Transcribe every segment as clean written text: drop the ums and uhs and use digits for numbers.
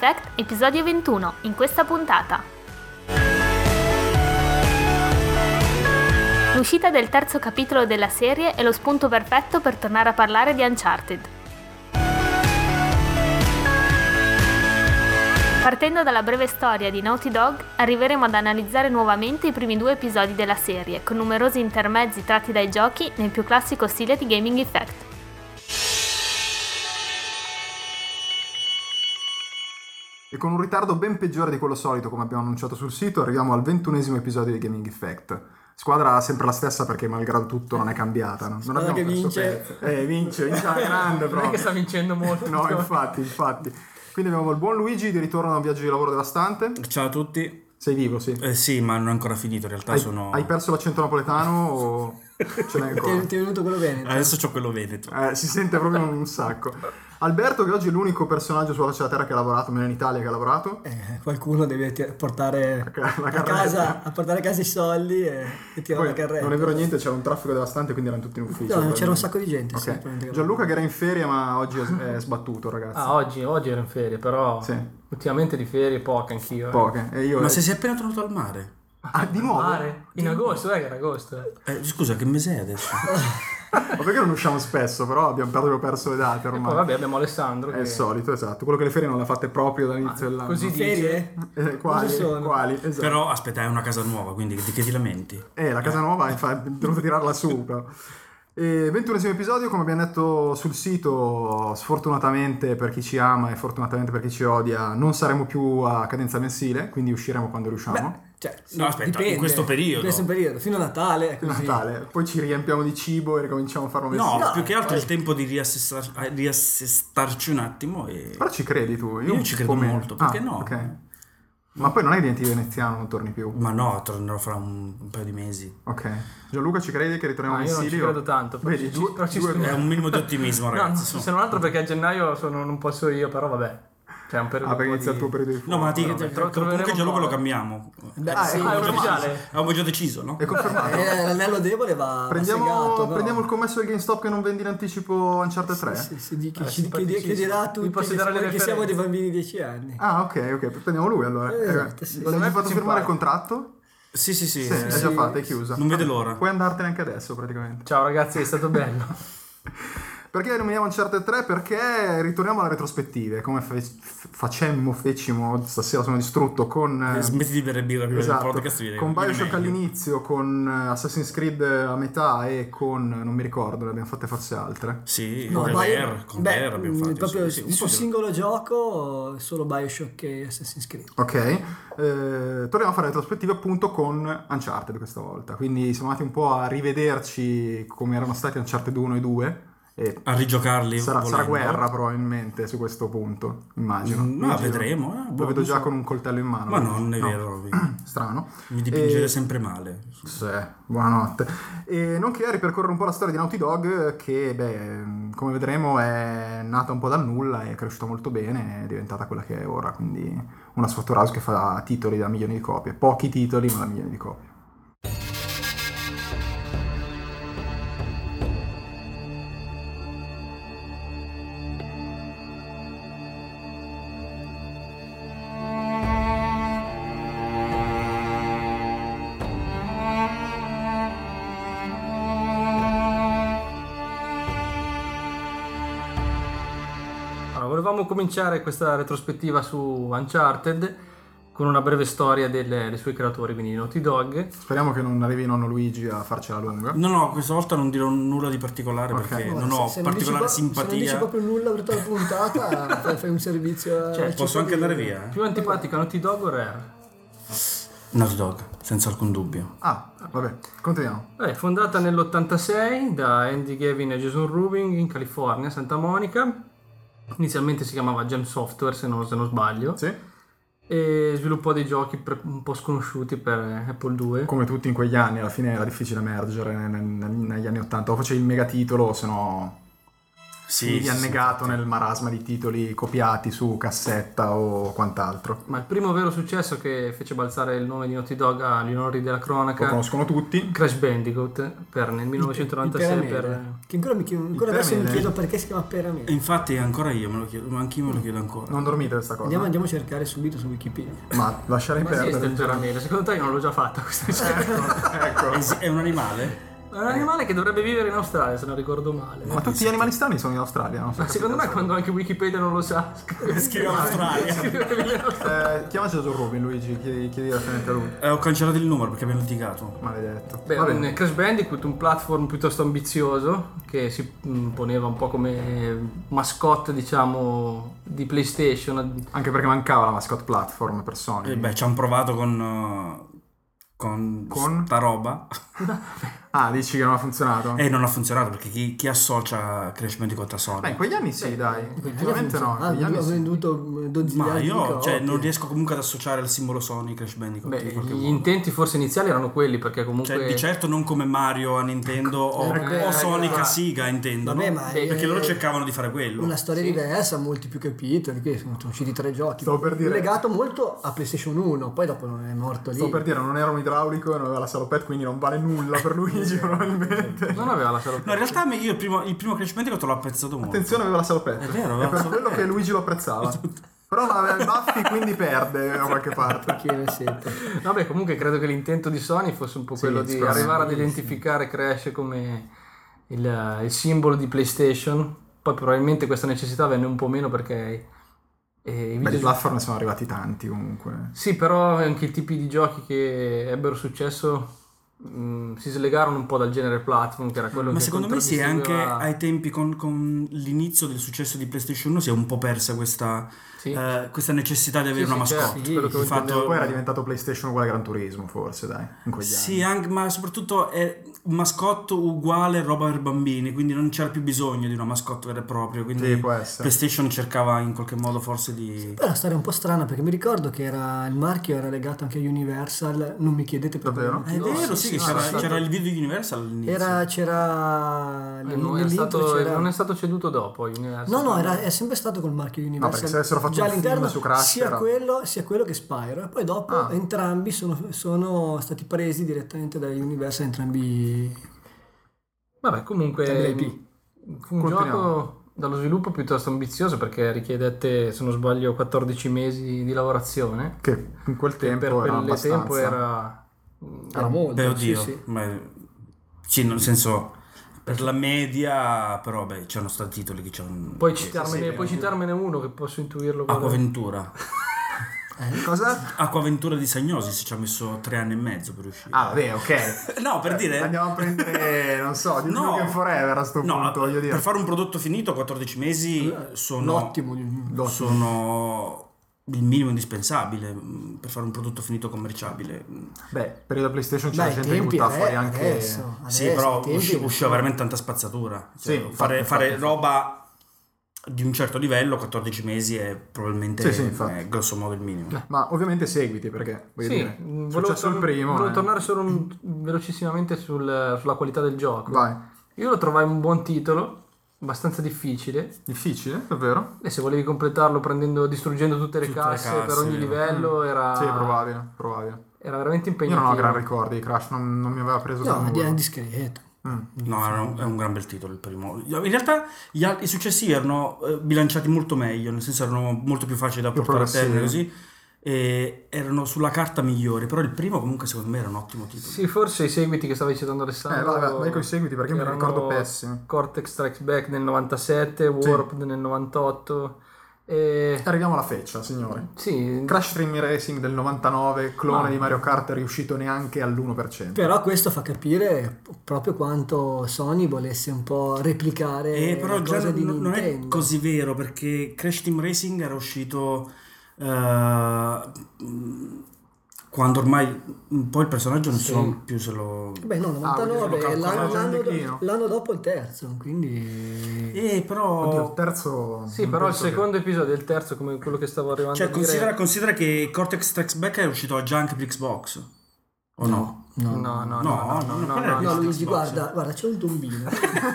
Effect, episodio 21, in questa puntata. L'uscita del terzo capitolo della serie è lo spunto perfetto per tornare a parlare di Uncharted. Partendo dalla breve storia di Naughty Dog, arriveremo ad analizzare nuovamente i primi 2 episodi della serie, con numerosi intermezzi tratti dai giochi nel più classico stile di Gaming Effect. E con un ritardo ben peggiore di quello solito, come abbiamo annunciato sul sito, arriviamo al 21esimo episodio di Gaming Effect. Squadra sempre la stessa perché malgrado tutto non è cambiata, no? Non abbiamo che vince. Vince alla grande proprio. Non è che sta vincendo molto. No, infatti. Quindi abbiamo il buon Luigi di ritorno da un viaggio di lavoro devastante. Ciao a tutti. Sei vivo, sì? Sì, ma non è ancora finito, in realtà Hai perso l'accento napoletano o ce l'hai ancora? Ti è venuto quello veneto? Adesso c'ho quello veneto. Si sente proprio un sacco. Alberto, che oggi è l'unico personaggio sulla faccia della terra che ha lavorato, meno in Italia che ha lavorato. Qualcuno deve portare a casa i soldi e tirare la carretta. Non è vero niente, c'era un traffico devastante, quindi erano tutti in ufficio. No, c'era un sacco di gente. Okay. Gianluca che era in ferie, ma oggi è sbattuto, ragazzi. Oggi ero in ferie, però sì. Ultimamente di ferie poche anch'io. Poche. E io Ma se sei appena tornato al mare? Di nuovo? Mare? In agosto, che era agosto. Scusa, che mese è adesso? Ma perché non usciamo spesso, però abbiamo proprio perso le date ormai. E poi vabbè, abbiamo Alessandro È il solito, esatto. Quello che le ferie non le ha fatte proprio dall'inizio dell'anno. Così ferie? Quali? Esatto. Però aspetta, è una casa nuova, quindi di che ti lamenti? La casa nuova, infatti, dovuto tirarla su, però. E 21esimo episodio, come abbiamo detto sul sito, sfortunatamente per chi ci ama e fortunatamente per chi ci odia, non saremo più a cadenza mensile, quindi usciremo quando riusciamo. No, aspetta, dipende, in questo periodo, fino a Natale. Poi ci riempiamo di cibo e ricominciamo a fare un No, più che altro il tempo di riassestarci un attimo. Però ci credi tu? Io ci credo molto, perché no? Ok. Ma poi non è che diventi veneziano, non torni più? Ma no, tornerò fra un paio di mesi. Ok. Gianluca, ci credi che ritorniamo io mensili? Non ci credo tanto. Vedi, È un minimo di ottimismo, ragazzi. No, se non altro perché a gennaio non posso io, però vabbè. C'è un periodo perché inizia il tuo periodo di fuoco. No, ma comunque Gianluca lo cambiamo. È ufficiale. Avevamo già deciso, no? È confermato. L'anello debole va segato. Prendiamo il commesso del GameStop che non vendi in anticipo Uncharted 3? Che dirà a tutti che siamo dei bambini di 10 anni. Ok, prendiamo lui allora. Non hai fatto firmare il contratto? Sì. È già fatta, è chiusa. Non vede l'ora. Puoi andartene anche adesso praticamente. Ciao ragazzi, è stato bello. Perché nominiamo Uncharted 3? Perché ritorniamo alle retrospettive, come fecimo, stasera sono distrutto con... Smetti di bere birra prima del podcast. Con Bioshock all'inizio, con Assassin's Creed a metà e con, non mi ricordo, ne abbiamo fatte forse altre. Sì, con Bear abbiamo fatto. Proprio sul singolo gioco, solo Bioshock e Assassin's Creed. Ok, torniamo a fare retrospettive appunto con Uncharted questa volta, quindi siamo andati un po' a rivederci come erano stati Uncharted 1 e 2. A rigiocarli sarà guerra probabilmente su questo punto, immagino. Ma vedremo. Lo vedo già con un coltello in mano. Ma non è vero. Strano. Mi dipingere sempre male. Sì, buonanotte. E nonché a ripercorrere un po' la storia di Naughty Dog che, come vedremo, è nata un po' dal nulla, è cresciuta molto bene, è diventata quella che è ora, quindi una software house che fa titoli da milioni di copie. Pochi titoli, ma da milioni di copie. Volevamo cominciare questa retrospettiva su Uncharted con una breve storia dei suoi creatori, quindi Naughty Dog. Speriamo che non arrivi nonno Luigi a farcela lunga. No, questa volta non dirò nulla di particolare perché non ho particolare simpatia. Se non dici proprio nulla per tutta la puntata, fai un servizio. Posso anche andare via? Più antipatica Naughty Dog o Rare? Naughty Dog, senza alcun dubbio. Vabbè, continuiamo. Fondata nell'86 da Andy Gavin e Jason Rubin in California, Santa Monica. Inizialmente si chiamava Gem Software, se non sbaglio. Sì. E sviluppò dei giochi un po' sconosciuti per Apple II. Come tutti in quegli anni, alla fine era difficile emergere negli anni 80. O facevi il megatitolo, o se no... finivi annegato nel marasma di titoli copiati su cassetta o quant'altro. Ma il primo vero successo che fece balzare il nome di Naughty Dog agli onori della cronaca, lo conoscono tutti, Crash Bandicoot nel 1996 che ancora adesso mi chiedo perché si chiama Peramede. Infatti ancora io me lo chiedo, anch'io me lo chiedo ancora. Non dormite questa cosa? Andiamo a cercare subito su Wikipedia. Ma lasciare perdere. Esiste il Peramede, secondo te io non l'ho già fatta questa ricerca? Ecco. È un animale? È un animale che dovrebbe vivere in Australia, se non ricordo male. Ma tutti gli animali strani sono in Australia, non so. Ma secondo me quando anche Wikipedia non lo sa, Scrive Australia. Chiamaci Jason Rubin, Luigi, chiedi direttamente a lui. Ho cancellato il numero perché abbiamo litigato. Maledetto. Beh, Crash Bandicoot, un platform piuttosto ambizioso che si poneva un po' come mascotte, diciamo, di PlayStation. Anche perché mancava la mascot platform per Sony. Ci hanno provato con sta roba. Ah, dici che non ha funzionato? E non ha funzionato perché chi associa Crash Bandicoot a Sony? Beh, in quegli anni sì, dai. Ultimamente no. Ha venduto 12 Ma miliardi io di non riesco comunque ad associare al simbolo Sony Crash Bandicoot. Beh, in qualche gli modo. intenti forse iniziali erano quelli, perché comunque Di certo non come Mario a Nintendo o Sonic a Sega intendo. Vabbè, no? ma Perché loro cercavano di fare quello. una storia diversa, molti più capiti, di cui sono usciti 3 giochi. Stavo per dire- Legato molto a PlayStation 1, poi dopo non è morto lì. Sto per dire, non era un idraulico e non aveva la salopette, quindi non vale nulla per Luigi probabilmente. non aveva la salute. No, in realtà io il primo Crash Bandicoot l'ho apprezzato molto. Attenzione, aveva la salopette. È vero, È per quello che Luigi lo apprezzava. Però non aveva i baffi, quindi perde da qualche parte. Chi ne siete? Vabbè, comunque credo che l'intento di Sony fosse un po' quello di arrivare ad identificare Crash come il simbolo di PlayStation. Poi probabilmente questa necessità venne un po' meno perché i Beh, di platform ne sono arrivati tanti comunque. Sì, però anche i tipi di giochi che ebbero successo si slegarono un po' dal genere platform, che era quello Ma che secondo me sì, anche contraddistingueva- ai tempi con l'inizio del successo di PlayStation 1 si è un po' persa questa necessità di avere Sì, una sì, mascotte. certo, quello che Di fatto, Poi era diventato PlayStation uguale Gran Turismo, forse, dai, in quegli sì, anni. ma soprattutto è un mascotto uguale roba per bambini, quindi non c'era più bisogno di una mascotte vera e propria, quindi Sì, può essere. PlayStation cercava in qualche modo forse di... Poi è una storia un po' strana perché mi ricordo che il marchio era legato anche a Universal, non mi chiedete perché. Davvero? È vero, sì, che c'era il video di Universal all'inizio. C'era non è stato ceduto dopo Universal. No, è sempre stato col marchio Universal. perché se avessero fatto già un film all'interno su Crash sia era- quello che Spyro, e poi dopo entrambi sono stati presi direttamente da Universal, entrambi. Vabbè, comunque fu un Continuiamo. gioco dallo sviluppo piuttosto ambizioso, perché richiedette, se non sbaglio, 14 mesi di lavorazione. Che in quel Che tempo per era quel abbastanza. tempo era molto. Beh, oddio, sì. Sì, nel senso, per la media, però c'erano stati titoli che c'erano... Puoi citarmene uno che posso intuirlo. Acquaventura. Cosa? Acquaventura di Sagnosi ci ha messo 3 anni e mezzo per uscire. Ah, vabbè, ok. No, per dire... Andiamo a prendere, non so, di Duke Nukem Forever a sto punto, voglio dire. Per fare un prodotto finito 14 mesi sono... Ottimo. Sono il minimo indispensabile per fare un prodotto finito commerciabile. Beh, periodo PlayStation c'era Beh, gente che tempi, buttava fuori anche... adesso, Sì, però i tempi- usciva veramente tanta spazzatura. Cioè, Sì, fare infatti. roba di un certo livello, 14 mesi è probabilmente Sì, infatti. grosso modo il minimo. Ma ovviamente seguiti, perché voglio Sì, dire, successo il primo. volevo tornare solo velocissimamente sulla qualità del gioco. Vai. Io lo trovai un buon titolo, abbastanza difficile, Difficile, davvero? e se volevi completarlo distruggendo tutte le Tutte casse le casse, per ogni livello era, Sì, probabile. era veramente Io impegnativo. non ho gran ricordi di Crash, non mi aveva preso da No, nulla. è discreto. No, è un gran bel titolo il primo. In realtà i successivi erano bilanciati molto meglio, nel senso erano molto più facili da Più portare a termine progressivi. così, e erano sulla carta migliori, però il primo comunque secondo me era un ottimo titolo. Sì, forse i seguiti che stavi citando Alessandro. Vai con i seguiti perché io me li erano ricordo pessimi. Cortex Strikes Back nel 97, Warped nel 98 e... Arriviamo alla feccia, signori. Sì, Crash Team Racing del 99, clone di Mario Kart riuscito neanche all'1%. Però questo fa capire proprio quanto Sony volesse un po' replicare Però la già cosa di non è Nintendo. così vero, perché Crash Team Racing era uscito quando ormai un po' il personaggio non so più se lo... Beh no, 99, calcolato. l'anno dopo il terzo, quindi... però... Oddio, il terzo... sì, non però il penso che- secondo episodio, il terzo, come quello che stavo arrivando Cioè a dire... considera che Cortex Strikes Back è uscito già anche per Xbox, o no? No, Luigi, guarda, c'è un tombino.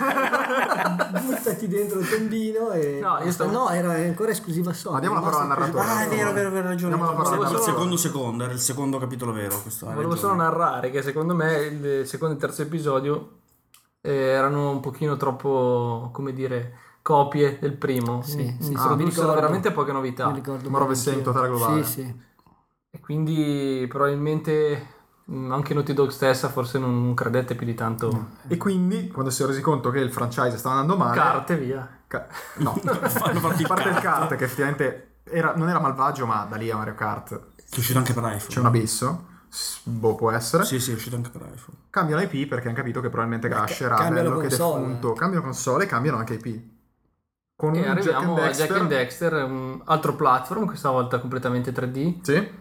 Buttati dentro il tombino e... No, era ancora esclusiva Sony. Ma diamo la parola al narratore. È vero, ragione. Era il secondo capitolo vero. Volevo solo narrare che secondo me il secondo e il terzo episodio erano un pochino troppo, come dire, copie del primo. Sì, introdussero veramente poche novità. Ma robe in totale globale. Sì. E quindi probabilmente anche Naughty Dog stessa forse non credette più di tanto. E quindi quando si è resi conto che il franchise stava andando male, carte via. No, fanno parte il kart che effettivamente non era malvagio, ma da lì a Mario Kart che è uscito anche per iPhone. C'è un abisso. Può essere. Sì, è uscito anche per iPhone. Cambiano IP perché hanno capito che probabilmente Crash era bello che defunto. Cambiano console e cambiano anche IP. Con e arriviamo a Jack and Dexter, un altro platform, questa volta completamente 3D. Sì.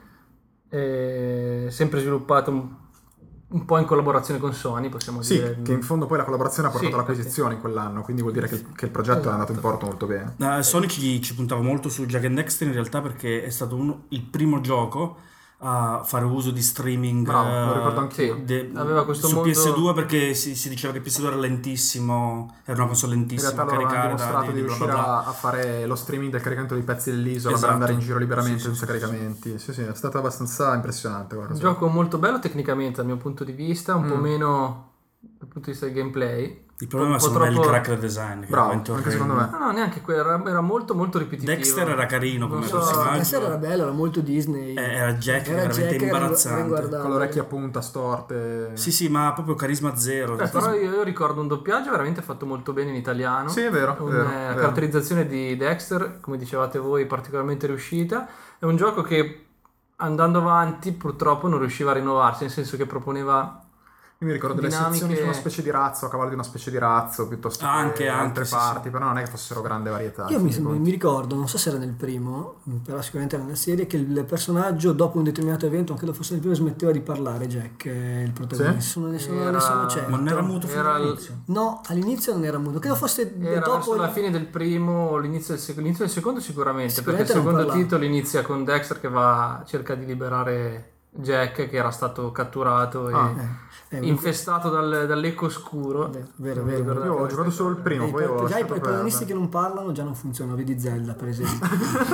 Sempre sviluppato un po' in collaborazione con Sony, possiamo dire. Sì, che in fondo poi la collaborazione ha portato all'acquisizione in quell'anno, quindi vuol dire che il progetto è andato in porto molto bene. Sony ci puntava molto su Jack and Dexter in realtà perché è stato il primo gioco a fare uso di streaming. Bravo, lo ricordo anch'io. Aveva questo su mondo... PS2 perché si diceva che PS2 era lentissimo, era una console lentissima. In realtà loro hanno dimostrato di riuscire a fare lo streaming del caricamento dei pezzi dell'isola per andare in giro liberamente senza caricamenti. Sì, è stato abbastanza impressionante. Un gioco molto bello tecnicamente dal mio punto di vista, un po' meno dal punto di vista del gameplay. Il problema secondo me è il character design. Bravo, anche secondo me. No, neanche quello, era molto molto ripetitivo. Dexter era carino come personaggio. Dexter era bello, era molto Disney. Era Jack, veramente imbarazzante. Con le orecchie a punta storte. Sì, ma proprio carisma zero. Però io ricordo un doppiaggio veramente fatto molto bene in italiano. Sì, è vero. La caratterizzazione di Dexter, come dicevate voi, particolarmente riuscita. È un gioco che andando avanti purtroppo non riusciva a rinnovarsi, nel senso che proponeva... Io mi ricordo delle sezioni su una specie di razzo, a cavallo di una specie di razzo, piuttosto che altre parti, però non è che fossero grande varietà. Io mi ricordo, non so se era nel primo, però sicuramente era nella serie, che il personaggio dopo un determinato evento, anche fosse nel primo, smetteva di parlare, Jack, il protagonista. Sì? Ne sono certo. Ma non era muto fino all'inizio? No, all'inizio non era muto, credo fosse dopo la fine del primo, l'inizio del secondo sicuramente perché il secondo titolo inizia con Dexter che cerca di liberare Jack che era stato catturato infestato dall'eco scuro. Vero. Io ho giocato solo il primo, poi già i protagonisti che non parlano già non funzionano, vedi Zelda per esempio.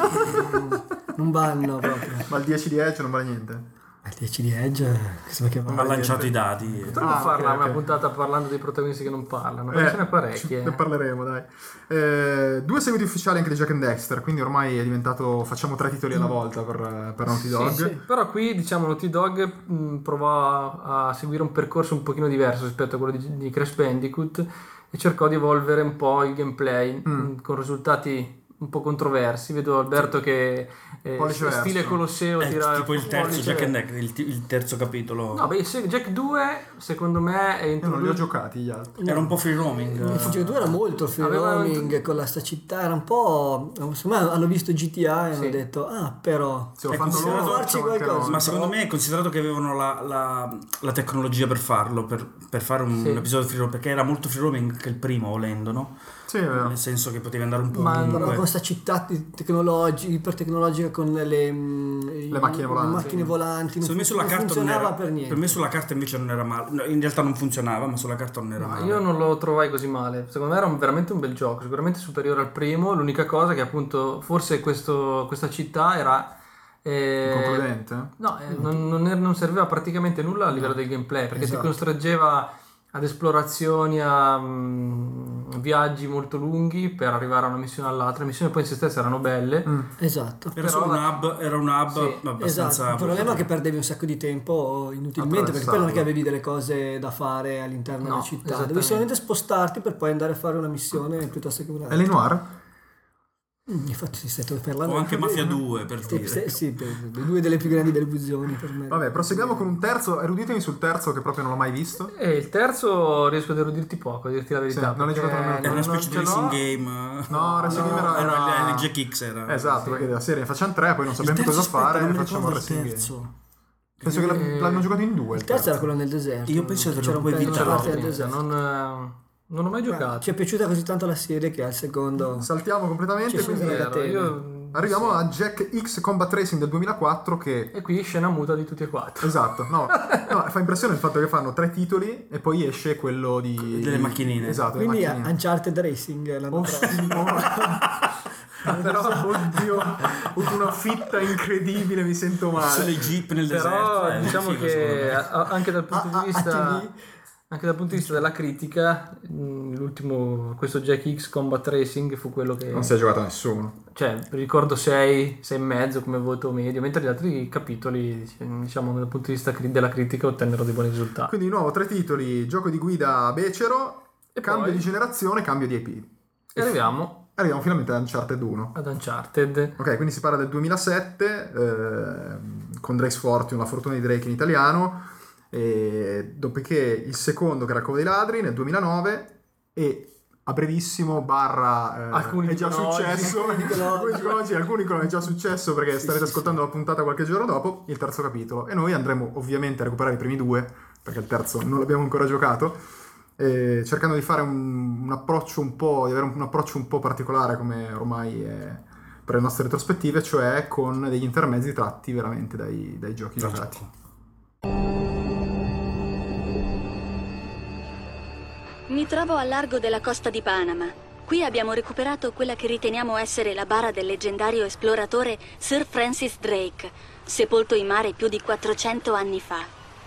non vanno proprio. Ma il 10 di Edge non vale niente? Il 10 di Edge ha lanciato i dadi. Potremmo farla una puntata parlando dei protagonisti che non parlano, perché ce ne parecchie. Ne parleremo, dai. 2 seguiti ufficiali anche di Jack and Dexter, quindi ormai è diventato facciamo 3 titoli alla volta per Naughty Dog. Sì. Però qui diciamo Naughty Dog provò a seguire un percorso un pochino diverso rispetto a quello di Crash Bandicoot e cercò di evolvere un po' il gameplay con risultati un po' controversi. Vedo Alberto che stile Colosseo tira tipo il terzo Jack and Dexter, il terzo capitolo. No, Jack 2 secondo me è io non li ho giocati gli altri. Era un po' free roaming. Jack 2 era molto free roaming con la sta città, era un po', secondo me hanno visto GTA e hanno detto però farci qualcosa. Ma secondo me è considerato che avevano la tecnologia per farlo, per fare un episodio free roaming, perché era molto free roaming anche il primo, volendo, no? Sì, è vero. Nel senso che potevi andare un po' con questa città ipertecnologica con le macchine volanti. Secondo me sulla carta funzionava per niente. Per me sulla carta invece non era male. No, in realtà non funzionava, ma sulla carta non era male. Io non lo trovai così male. Secondo me era veramente un bel gioco, sicuramente superiore al primo. L'unica cosa che appunto forse questa città era concludente? No, non serviva praticamente nulla a livello del gameplay, perché ti costringeva ad esplorazioni, a viaggi molto lunghi per arrivare a una missione all'altra. Le missioni poi in se stesse erano belle. Esatto. Era un hub abbastanza... Esatto. Il problema è che perdevi un sacco di tempo inutilmente, perché poi non è che avevi delle cose da fare all'interno della città. Dovevi solamente spostarti per poi andare a fare una missione piuttosto che un'altra. L.A. Noire? Infatti stai parlando o anche Mafia 2 per dire. Sì, due delle più grandi delusioni per me. Vabbè, proseguiamo con un terzo. Eruditemi sul terzo che proprio non l'ho mai visto. Il terzo riesco ad erudirti poco, a dirti la verità. Sì, non l'hai giocato nemmeno. Era una specie di racing game. No, racing game era il Jack X era. Esatto, perché della serie ne facciamo 3, poi non sappiamo più cosa fare e facciamo il racing game. Penso che l'hanno giocato in 2. Il terzo era quello nel deserto. Io penso che c'era un po' evitato. Non ho mai giocato. Ci è piaciuta così tanto la serie che al secondo saltiamo completamente. Io Arriviamo a Jack X Combat Racing del 2004 che... E qui scena muta di tutti e 4. Esatto, no, fa impressione il fatto che fanno 3 titoli e poi esce quello delle macchinine. Esatto, quindi Uncharted Racing l'anno prossimo. Però oddio, una fitta incredibile, mi sento male. Sulle jeep nel deserto. Però diciamo che anche dal punto di vista della critica, questo Jack X Combat Racing fu quello che non si è giocato a nessuno. Cioè, ricordo 6,5 come voto medio, mentre gli altri capitoli, diciamo, dal punto di vista della critica ottennero dei buoni risultati. Quindi di nuovo 3 titoli, gioco di guida becero, E cambio poi? di generazione, cambio di IP. E arriviamo finalmente ad Uncharted 1. ad Uncharted. Ok, quindi si parla del 2007, con Drake's Fortune, la fortuna di Drake in italiano, e dopodiché il secondo che era Covo dei Ladri nel 2009 e a brevissimo Alcuni è già dicono successo alcuni dicono è già successo perché starete ascoltando la puntata qualche giorno dopo, il terzo capitolo, e noi andremo ovviamente a recuperare i primi 2 perché il terzo non l'abbiamo ancora giocato, cercando di fare un approccio un po', di avere un approccio un po' particolare come ormai è per le nostre retrospettive, cioè con degli intermezzi tratti veramente dai giochi giocati. Mi trovo al largo della costa di Panama. Qui abbiamo recuperato quella che riteniamo essere la bara del leggendario esploratore Sir Francis Drake, sepolto in mare più di 400 anni fa.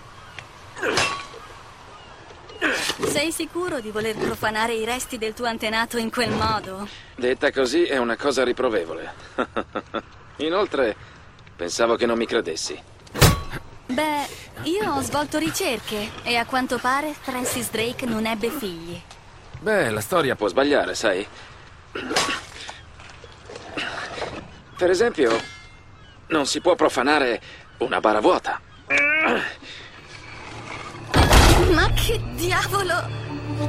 Sei sicuro di voler profanare i resti del tuo antenato in quel modo? Detta così è una cosa riprovevole. Inoltre, pensavo che non mi credessi. Beh, io ho svolto ricerche e a quanto pare Francis Drake non ebbe figli. Beh, la storia può sbagliare, sai? Per esempio, non si può profanare una bara vuota. Ma che diavolo!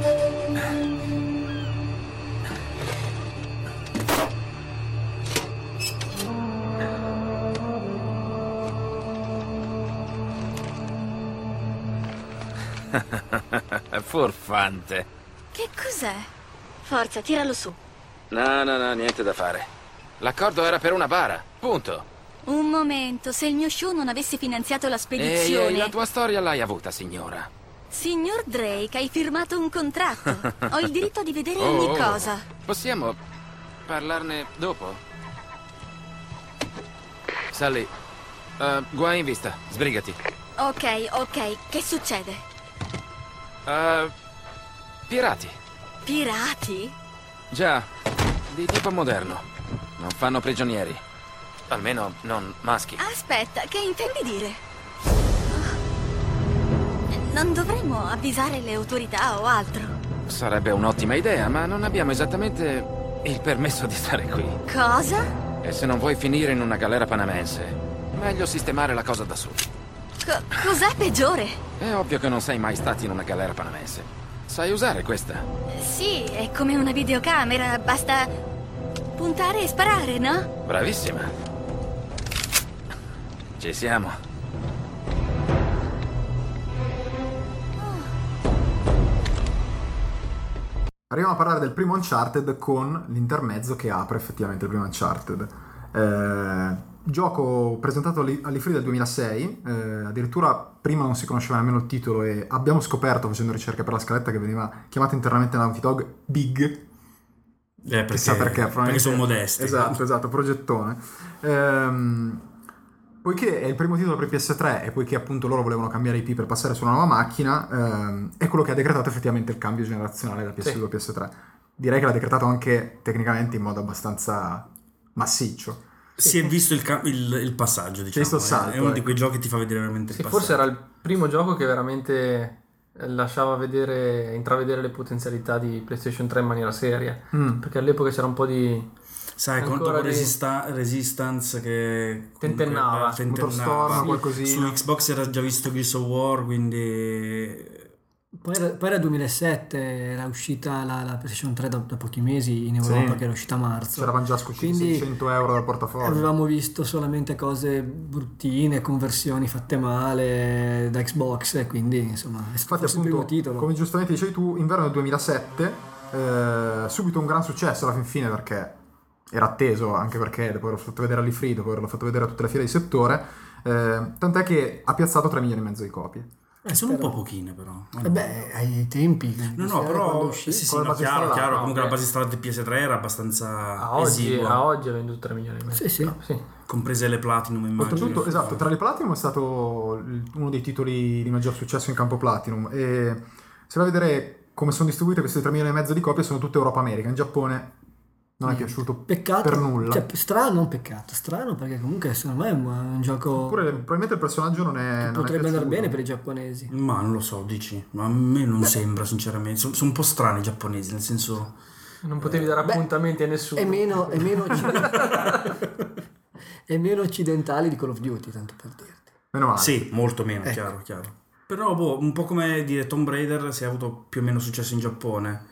Furfante. Che cos'è? Forza, tiralo su. No, niente da fare. L'accordo era per una bara, punto. Un momento, se il mio show non avesse finanziato la spedizione... Ehi, la tua storia l'hai avuta, signora. Signor Drake, hai firmato un contratto. Ho il diritto di vedere ogni cosa. Possiamo parlarne dopo? Sally, guai in vista, sbrigati. Ok, che succede? Pirati. Pirati? Già, di tipo moderno. Non fanno prigionieri. Almeno non maschi. Aspetta, che intendi dire? Non dovremmo avvisare le autorità o altro? Sarebbe un'ottima idea, ma non abbiamo esattamente il permesso di stare qui. Cosa? E se non vuoi finire in una galera panamense, meglio sistemare la cosa da soli. Cos'è peggiore? È ovvio che non sei mai stato in una galera panamense. Sai usare questa? Sì, è come una videocamera, basta puntare e sparare, no? Bravissima. Ci siamo. Arriviamo a parlare del primo Uncharted con l'intermezzo che apre effettivamente il primo Uncharted. Gioco presentato all'E3 del 2006, addirittura prima non si conosceva nemmeno il titolo e abbiamo scoperto facendo ricerche per la scaletta che veniva chiamato internamente Naughty Dog Big. Chissà perché sono modesti. Esatto, progettone. Poiché è il primo titolo per PS3 e poiché appunto loro volevano cambiare IP per passare su una nuova macchina, è quello che ha decretato effettivamente il cambio generazionale da PS2 a PS3. Direi che l'ha decretato anche tecnicamente in modo abbastanza massiccio. Si è visto il passaggio, diciamo. Visto il salto, è uno di quei giochi che ti fa vedere veramente il passaggio. Forse era il primo gioco che veramente lasciava intravedere le potenzialità di PlayStation 3 in maniera seria. Perché all'epoca c'era un po' di... Sai, dopo Resistance che tentennava qualcosina. Su Xbox era già visto Gears of War, quindi... Poi era 2007, era uscita la PlayStation 3 da pochi mesi in Europa, che era uscita a marzo. C'eravamo già scuciti 600 euro dal portafoglio. Avevamo visto solamente cose bruttine, conversioni fatte male da Xbox, e quindi insomma è stato il primo titolo. Come giustamente dicevi tu, inverno del 2007, subito un gran successo alla fin fine perché era atteso, anche perché dopo averlo fatto vedere all'Ifrido, poi averlo fatto vedere a tutte le fiere di settore, tant'è che ha piazzato 3 milioni e mezzo di copie. Sono un po' pochine però. Ai tempi. No, però chiaro, comunque la base instalata di PS3 era abbastanza a oggi ha venduto 3 milioni e mezzo. Sì. Comprese le Platinum, immagino. Oltretutto, esatto, tra le Platinum è stato uno dei titoli di maggior successo in campo Platinum, e se vai a vedere come sono distribuite queste 3 milioni e mezzo di copie, sono tutte Europa-America. In Giappone non è piaciuto per nulla. Strano perché comunque secondo me è un gioco. Oppure probabilmente il personaggio non è. Potrebbe andare bene per i giapponesi. Ma non lo so, dici. Ma a me non sembra, sinceramente. Sono un po' strani i giapponesi, nel senso. Non potevi dare appuntamenti a nessuno. È meno occidentali di Call of Duty, tanto per dirti. Meno male. Sì, molto meno, chiaro. Però un po' come dire Tomb Raider, si è avuto più o meno successo in Giappone.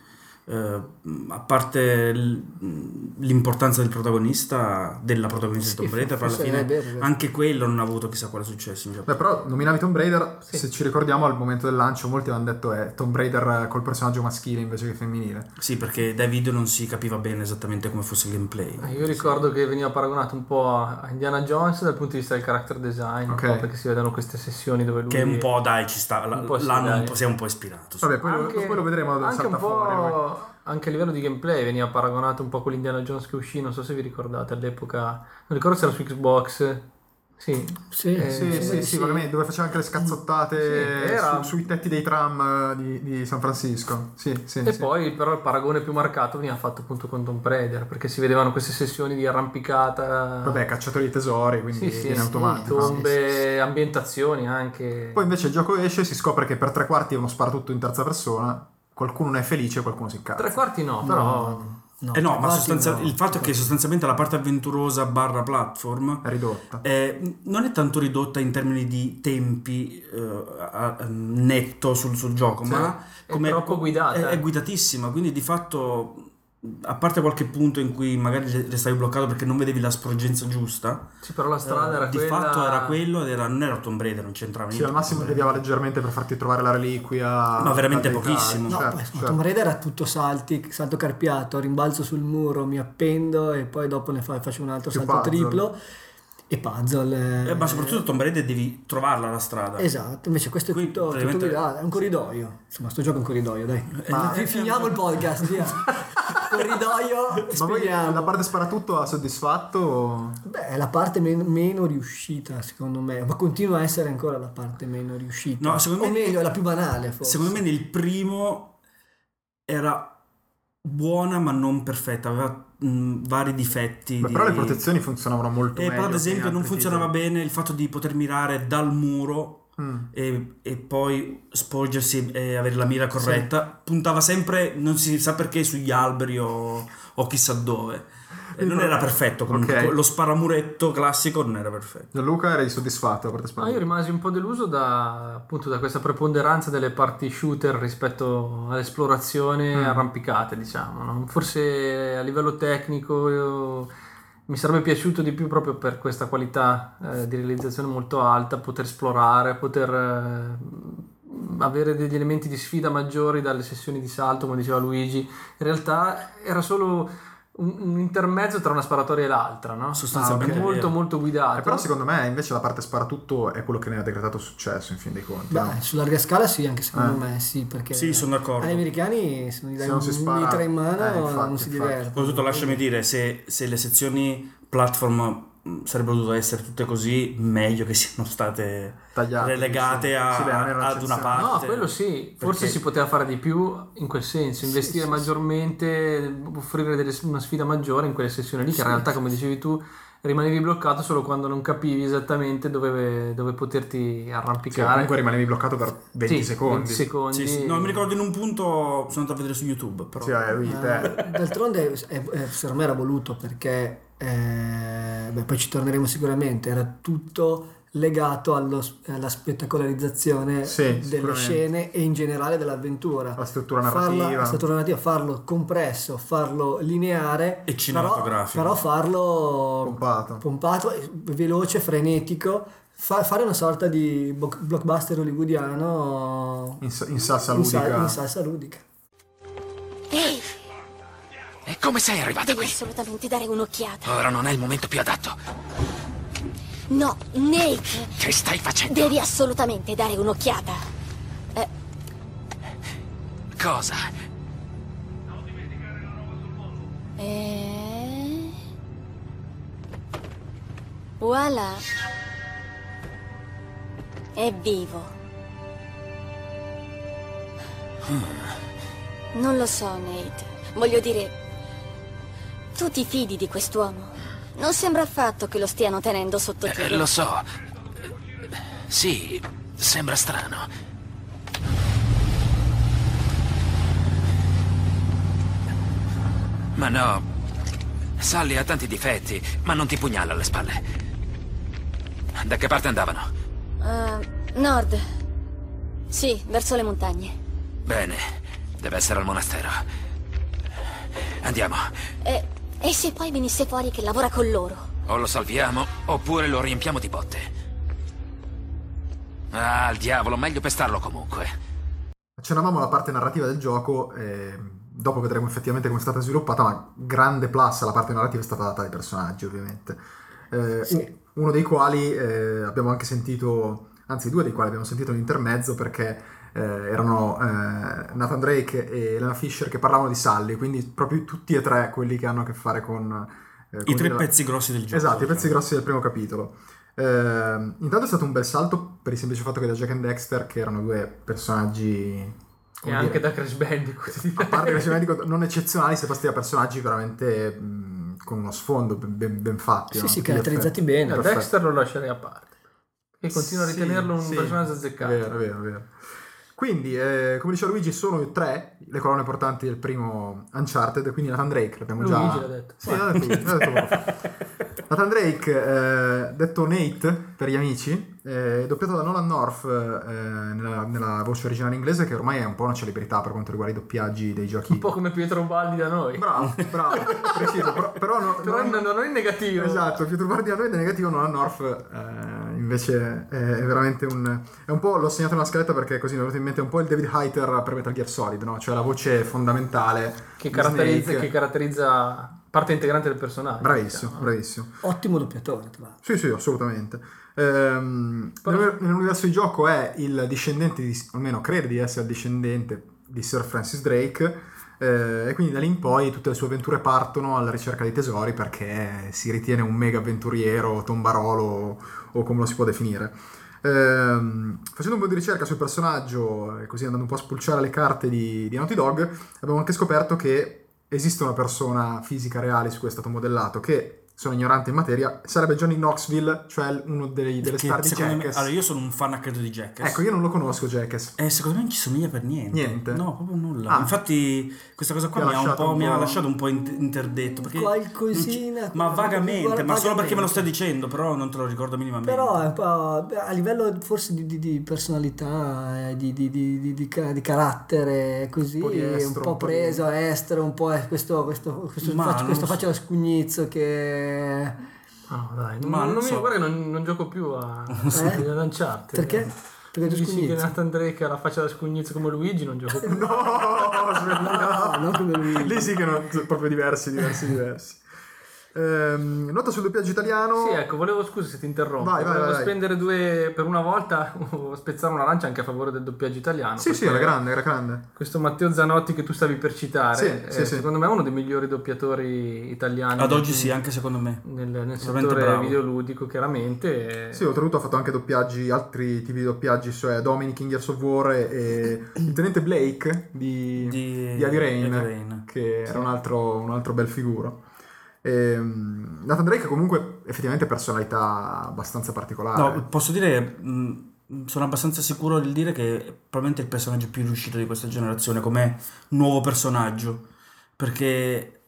A parte l'importanza della protagonista di Tomb Raider, alla fine anche quello non ha avuto chissà quale successo in Giappone. Però nominavi Tomb Raider, se ci ricordiamo al momento del lancio molti avevano detto è Tomb Raider col personaggio maschile invece che femminile. Sì, perché dai video non si capiva bene esattamente come fosse il gameplay. Io ricordo che veniva paragonato un po' a Indiana Jones dal punto di vista del character design, un po' perché si vedono queste sessioni dove lui che un po' ci sta, si è un po' ispirato. Vabbè, poi lo vedremo dove salta fuori. Anche a livello di gameplay veniva paragonato un po' con l'Indiana Jones che uscì, non so se vi ricordate all'epoca, non ricordo se era su Xbox. Sì, vagamente, dove faceva anche le scazzottate sui tetti dei tram di San Francisco. Poi però il paragone più marcato veniva fatto appunto con Tomb Raider, perché si vedevano queste sessioni di arrampicata. Vabbè, cacciatori di tesori, quindi in automatico. Tombe, ambientazioni anche. Poi invece il gioco esce e si scopre che per 3/4 è uno sparatutto in terza persona. Qualcuno ne è felice e qualcuno si incazza. 3/4 no, però. Ma il fatto è che sostanzialmente la parte avventurosa / platform è ridotta. Non è tanto ridotta in termini di tempi netto sul gioco, ma è troppo guidata. È guidatissima, quindi di fatto, a parte qualche punto in cui magari restavi bloccato perché non vedevi la sporgenza giusta. Sì, però la strada era di quella. Di fatto era quello ed non era Tomb Raider, non c'entrava niente. Sì, al massimo deviava leggermente per farti trovare la reliquia. Ma veramente pochissimo. Certo. Tomb Raider era tutto salto carpiato, rimbalzo sul muro, mi appendo e poi dopo ne faccio un altro salto triplo. E puzzle. Ma soprattutto Tomb Raider devi trovarla la strada. Esatto, invece questo è tutto guidato, è un corridoio. Insomma, sto gioco è un corridoio, dai. Ma finiamo il podcast, via. Corridoio. Ma poi la parte sparatutto ha soddisfatto? Beh, è la parte meno riuscita, secondo me. Ma continua a essere ancora la parte meno riuscita. No, secondo me meglio, è la più banale, forse. Secondo me nel primo era buona ma non perfetta, aveva vari difetti. Però le protezioni funzionavano molto meglio. Però ad esempio non funzionava bene il fatto di poter mirare dal muro e poi sporgersi e avere la mira corretta. Puntava sempre, non si sa perché, sugli alberi o chissà dove. Non era perfetto comunque. Lo sparamuretto classico non era perfetto. Gianluca, eri soddisfatto? Io rimasi un po' deluso da questa preponderanza delle parti shooter rispetto all'esplorazione arrampicate, diciamo, no? Forse a livello tecnico mi sarebbe piaciuto di più, proprio per questa qualità di realizzazione molto alta, poter esplorare, poter avere degli elementi di sfida maggiori dalle sessioni di salto, come diceva Luigi. In realtà era solo un intermezzo tra una sparatoria e l'altra, no? Sostanzialmente molto guidato. Però secondo me invece la parte sparatutto è quello che ne ha decretato successo in fin dei conti. Beh, su larga scala sì, anche secondo me sì, perché sì, sono d'accordo. Agli americani se non gli dai un mitra in mano non si diverte. Soprattutto lasciami dire, se le sezioni platform sarebbero dovute essere tutte così, meglio che siano state tagliate, relegate ad una parte. No, quello sì, forse si poteva fare di più in quel senso, investire maggiormente, offrire una sfida maggiore in quelle sessioni lì, che in realtà, come dicevi tu, rimanevi bloccato solo quando non capivi esattamente dove poterti arrampicare. Sì, comunque rimanevi bloccato per 20 secondi. 20 secondi. Sì. No, mi ricordo in un punto sono andato a vedere su YouTube, però. D'altronde secondo me era voluto perché poi ci torneremo sicuramente, era tutto legato alla spettacolarizzazione delle scene e in generale dell'avventura, la struttura narrativa, farlo compresso, farlo lineare e cinematografico, però farlo pompato, veloce, frenetico, fare una sorta di blockbuster hollywoodiano in salsa ludica. Ehi, è Come sei arrivata Devi qui? assolutamente dare un'occhiata. Ora non è il momento più adatto. No, Nate! Che stai facendo? Devi assolutamente dare un'occhiata. Cosa? Voilà. È vivo. Non lo so, Nate. Voglio dire, tu ti fidi di quest'uomo? Non sembra affatto che lo stiano tenendo sotto tiro. Lo so. Sì, sembra strano. Ma no. Sally ha tanti difetti, ma non ti pugnala alle spalle. Da che parte andavano? Nord. Sì, verso le montagne. Bene, deve essere al monastero. Andiamo. E se poi venisse fuori che lavora con loro? O lo salviamo, oppure lo riempiamo di botte. Ah, al diavolo, meglio pestarlo comunque. Accennavamo alla parte narrativa del gioco, dopo vedremo effettivamente come è stata sviluppata, ma grande plus alla parte narrativa è stata data ai personaggi, ovviamente. Sì. Uno dei quali abbiamo anche sentito, anzi due dei quali abbiamo sentito l'intermezzo, perché erano Nathan Drake e Elena Fisher che parlavano di Sully, quindi proprio tutti e tre quelli che hanno a che fare con i tre pezzi grossi del gioco. Esatto, i pezzi grossi del primo capitolo. Intanto è stato un bel salto per il semplice fatto che da Jack and Dexter, che erano due personaggi e anche da Crash Bandicoot, a parte Crash Bandicoot non eccezionali, si passati da personaggi veramente con uno sfondo ben fatti, sì, caratterizzati bene. No, Dexter lo lascerei a parte e continuo a ritenerlo un personaggio azzeccato. Vero. Quindi, come diceva Luigi, sono tre le colonne portanti del primo Uncharted, quindi Nathan Drake, l'abbiamo Luigi già... l'ha detto. Sì, l'ha detto poco fa. Nathan Drake, detto Nate per gli amici, doppiato da Nolan North nella voce originale inglese, che ormai è un po' una celebrità per quanto riguarda i doppiaggi dei giochi. Un po' come Pietro Baldi da noi. Bravo, preciso, però non è negativo. Esatto, Pietro Baldi da noi è negativo, Nolan North invece è veramente è un po', l'ho segnato nella scaletta perché così mi è venuto in mente un po' il David Hayter per Metal Gear Solid, no? Cioè la voce fondamentale che caratterizza parte integrante del personaggio. Bravissimo. Ottimo doppiatore, tra l'altro. Sì, assolutamente. Nell'universo di gioco è il discendente, almeno crede di essere il discendente di Sir Francis Drake, e quindi da lì in poi tutte le sue avventure partono alla ricerca dei tesori, perché si ritiene un mega avventuriero, tombarolo o come lo si può definire. Facendo un po' di ricerca sul personaggio e così andando un po' a spulciare le carte di Naughty Dog, abbiamo anche scoperto che esiste una persona fisica reale su cui è stato modellato, che sono ignorante in materia, sarebbe Johnny Knoxville, cioè uno delle star di Jackass. Allora, io sono un fan credo di Jackass. Ecco, io non lo conosco Jackass. Secondo me non ci somiglia per niente. No, proprio nulla. Infatti questa cosa qua mi ha lasciato un po' interdetto. Perché qualcosina. Ma vagamente, ma solo perché me lo stai dicendo, però non te lo ricordo minimamente. Però è un po' a livello forse di personalità, di carattere, così, un po' preso a estero, un po' questo faccia da scugnizzo che... No, dai, non gioco più a lanciarti. Perché? Perché tu dici che Nathan Drake ha la faccia da scugnizzo come Luigi, non gioco più. No, non come Luigi. Lì sì che proprio diversi. Nota sul doppiaggio italiano. Sì, ecco, scusa se ti interrompo. Volevo spendere per una volta spezzare una lancia anche a favore del doppiaggio italiano. Sì, era grande. Questo Matteo Zanotti che tu stavi per citare, sì. secondo me è uno dei migliori doppiatori italiani. Ad oggi sì, anche secondo me. Nel settore videoludico, chiaramente. Sì, oltretutto ha fatto anche doppiaggi, altri tipi di doppiaggi, cioè Dominic in Gears of War e il tenente Blake di Heavy Rain, che era un altro bel figuro. Nathan Drake comunque effettivamente personalità abbastanza particolare. No, posso dire, sono abbastanza sicuro di dire che è probabilmente il personaggio più riuscito di questa generazione come nuovo personaggio, perché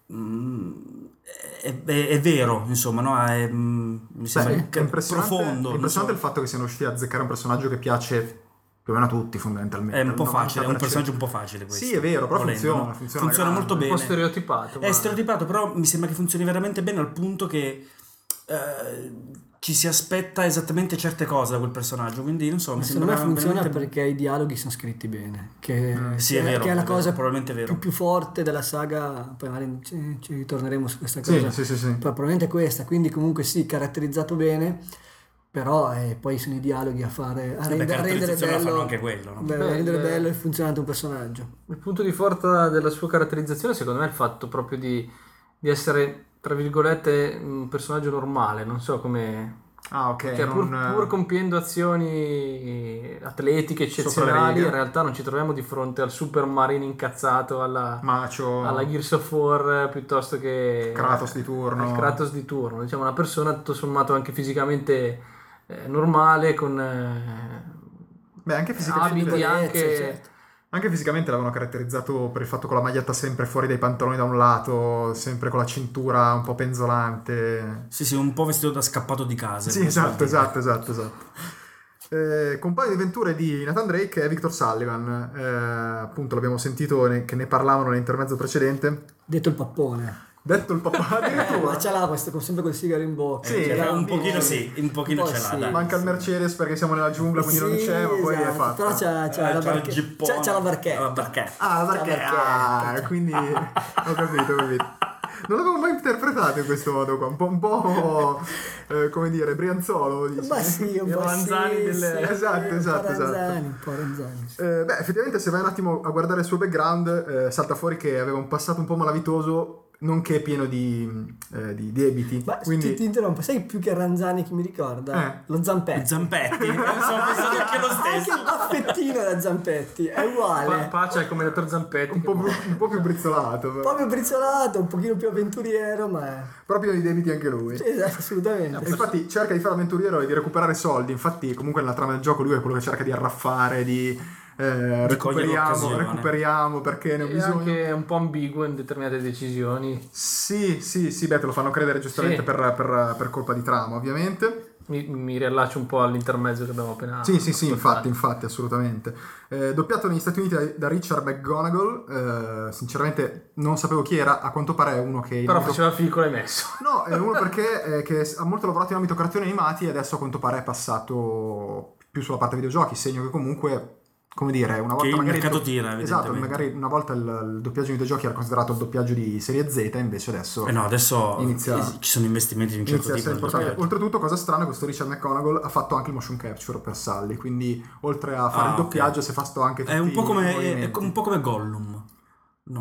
è vero, insomma, no? Mi sembra profondo. È impressionante il fatto che siano riusciti a azzeccare un personaggio che piace più o meno a tutti, fondamentalmente. È un po' facile, è un personaggio un po' facile questo. Sì, è vero, però funziona molto bene. Un po' stereotipato. È stereotipato, però mi sembra che funzioni veramente bene al punto che ci si aspetta esattamente certe cose da quel personaggio, quindi non so, mi secondo sembra me funziona veramente... perché i dialoghi sono scritti bene, che Sì, è vero, che è la cosa probabilmente vero. più forte della saga. Poi magari ci ritorneremo su questa cosa, sì. però probabilmente è questa, quindi comunque sì, caratterizzato bene, però poi sono i dialoghi a rendere bello, fanno anche quello, no? rendere bello e funzionante un personaggio. Il punto di forza della sua caratterizzazione secondo me è il fatto proprio di essere, tra virgolette, un personaggio normale, non so come... Ah, ok. Cioè, pur compiendo azioni atletiche eccezionali, in realtà non ci troviamo di fronte al super marine incazzato, alla Gears of War, piuttosto che Kratos di turno. Al Kratos di turno. Diciamo una persona tutto sommato anche fisicamente normale, con anche abiti anche... Certo. Anche fisicamente l'avevano caratterizzato per il fatto con la maglietta sempre fuori dai pantaloni da un lato, sempre con la cintura un po' penzolante. Sì, un po' vestito da scappato di casa. Sì, esatto. Compagno di avventure di Nathan Drake è Victor Sullivan, appunto l'abbiamo sentito che ne parlavano nell'intermezzo precedente. Detto il pappone. Addirittura. Ma ce l'ha questo, sempre col sigaro in bocca. Sì, un pochino sì, un pochino ce l'ha. Dai. Manca il Mercedes perché siamo nella giungla, quindi non c'è, ma poi è fatto. Però c'è la barchetta. C'è la barchetta. Ah, la barchetta. Quindi ho capito. Non l'avevo mai interpretato in questo modo qua, un po' come dire, Brianzolo. Ma sì, un po' Ranzani sì, Esatto. Un po' Ranzani. Effettivamente se vai un attimo a guardare il suo background, salta fuori che aveva un passato un po' malavitoso, nonché pieno di debiti. Ma quindi... ti interrompo, sai più che Ranzani chi mi ricorda? Lo Zampetti. Zampetti, non so, penso che anche lo stesso. Anche il baffettino da Zampetti, è uguale. Pace al commendatore Zampetti. Un po' più brizzolato. Un po' più brizzolato, un pochino più avventuriero, ma... Però pieno di debiti anche lui. Esatto, assolutamente. E infatti cerca di fare l'avventuriero e di recuperare soldi, infatti comunque nella trama del gioco lui è quello che cerca di arraffare, recuperiamo perché ne ho bisogno. È anche un po' ambiguo in determinate decisioni. Sì, te lo fanno credere giustamente per colpa di trama, ovviamente. Mi riallaccio un po' all'intermezzo che abbiamo appena Sì, infatti, assolutamente. Doppiato negli Stati Uniti da Richard McGonagall, sinceramente non sapevo chi era, a quanto pare è uno che... Però faceva figo l'hai messo. No, è uno perché che ha molto lavorato in ambito cartoni animati e adesso a quanto pare è passato più sulla parte videogiochi, segno che comunque... Come dire, una volta che magari il mercato tira, esatto, magari una volta il doppiaggio di videogiochi era considerato il doppiaggio di serie Z, invece adesso ci sono investimenti di un certo tipo. Oltretutto, cosa strana, questo Richard McGonagall ha fatto anche il motion capture per Sully, quindi oltre a fare il doppiaggio si è fatto anche tutti è un po' come Gollum. No.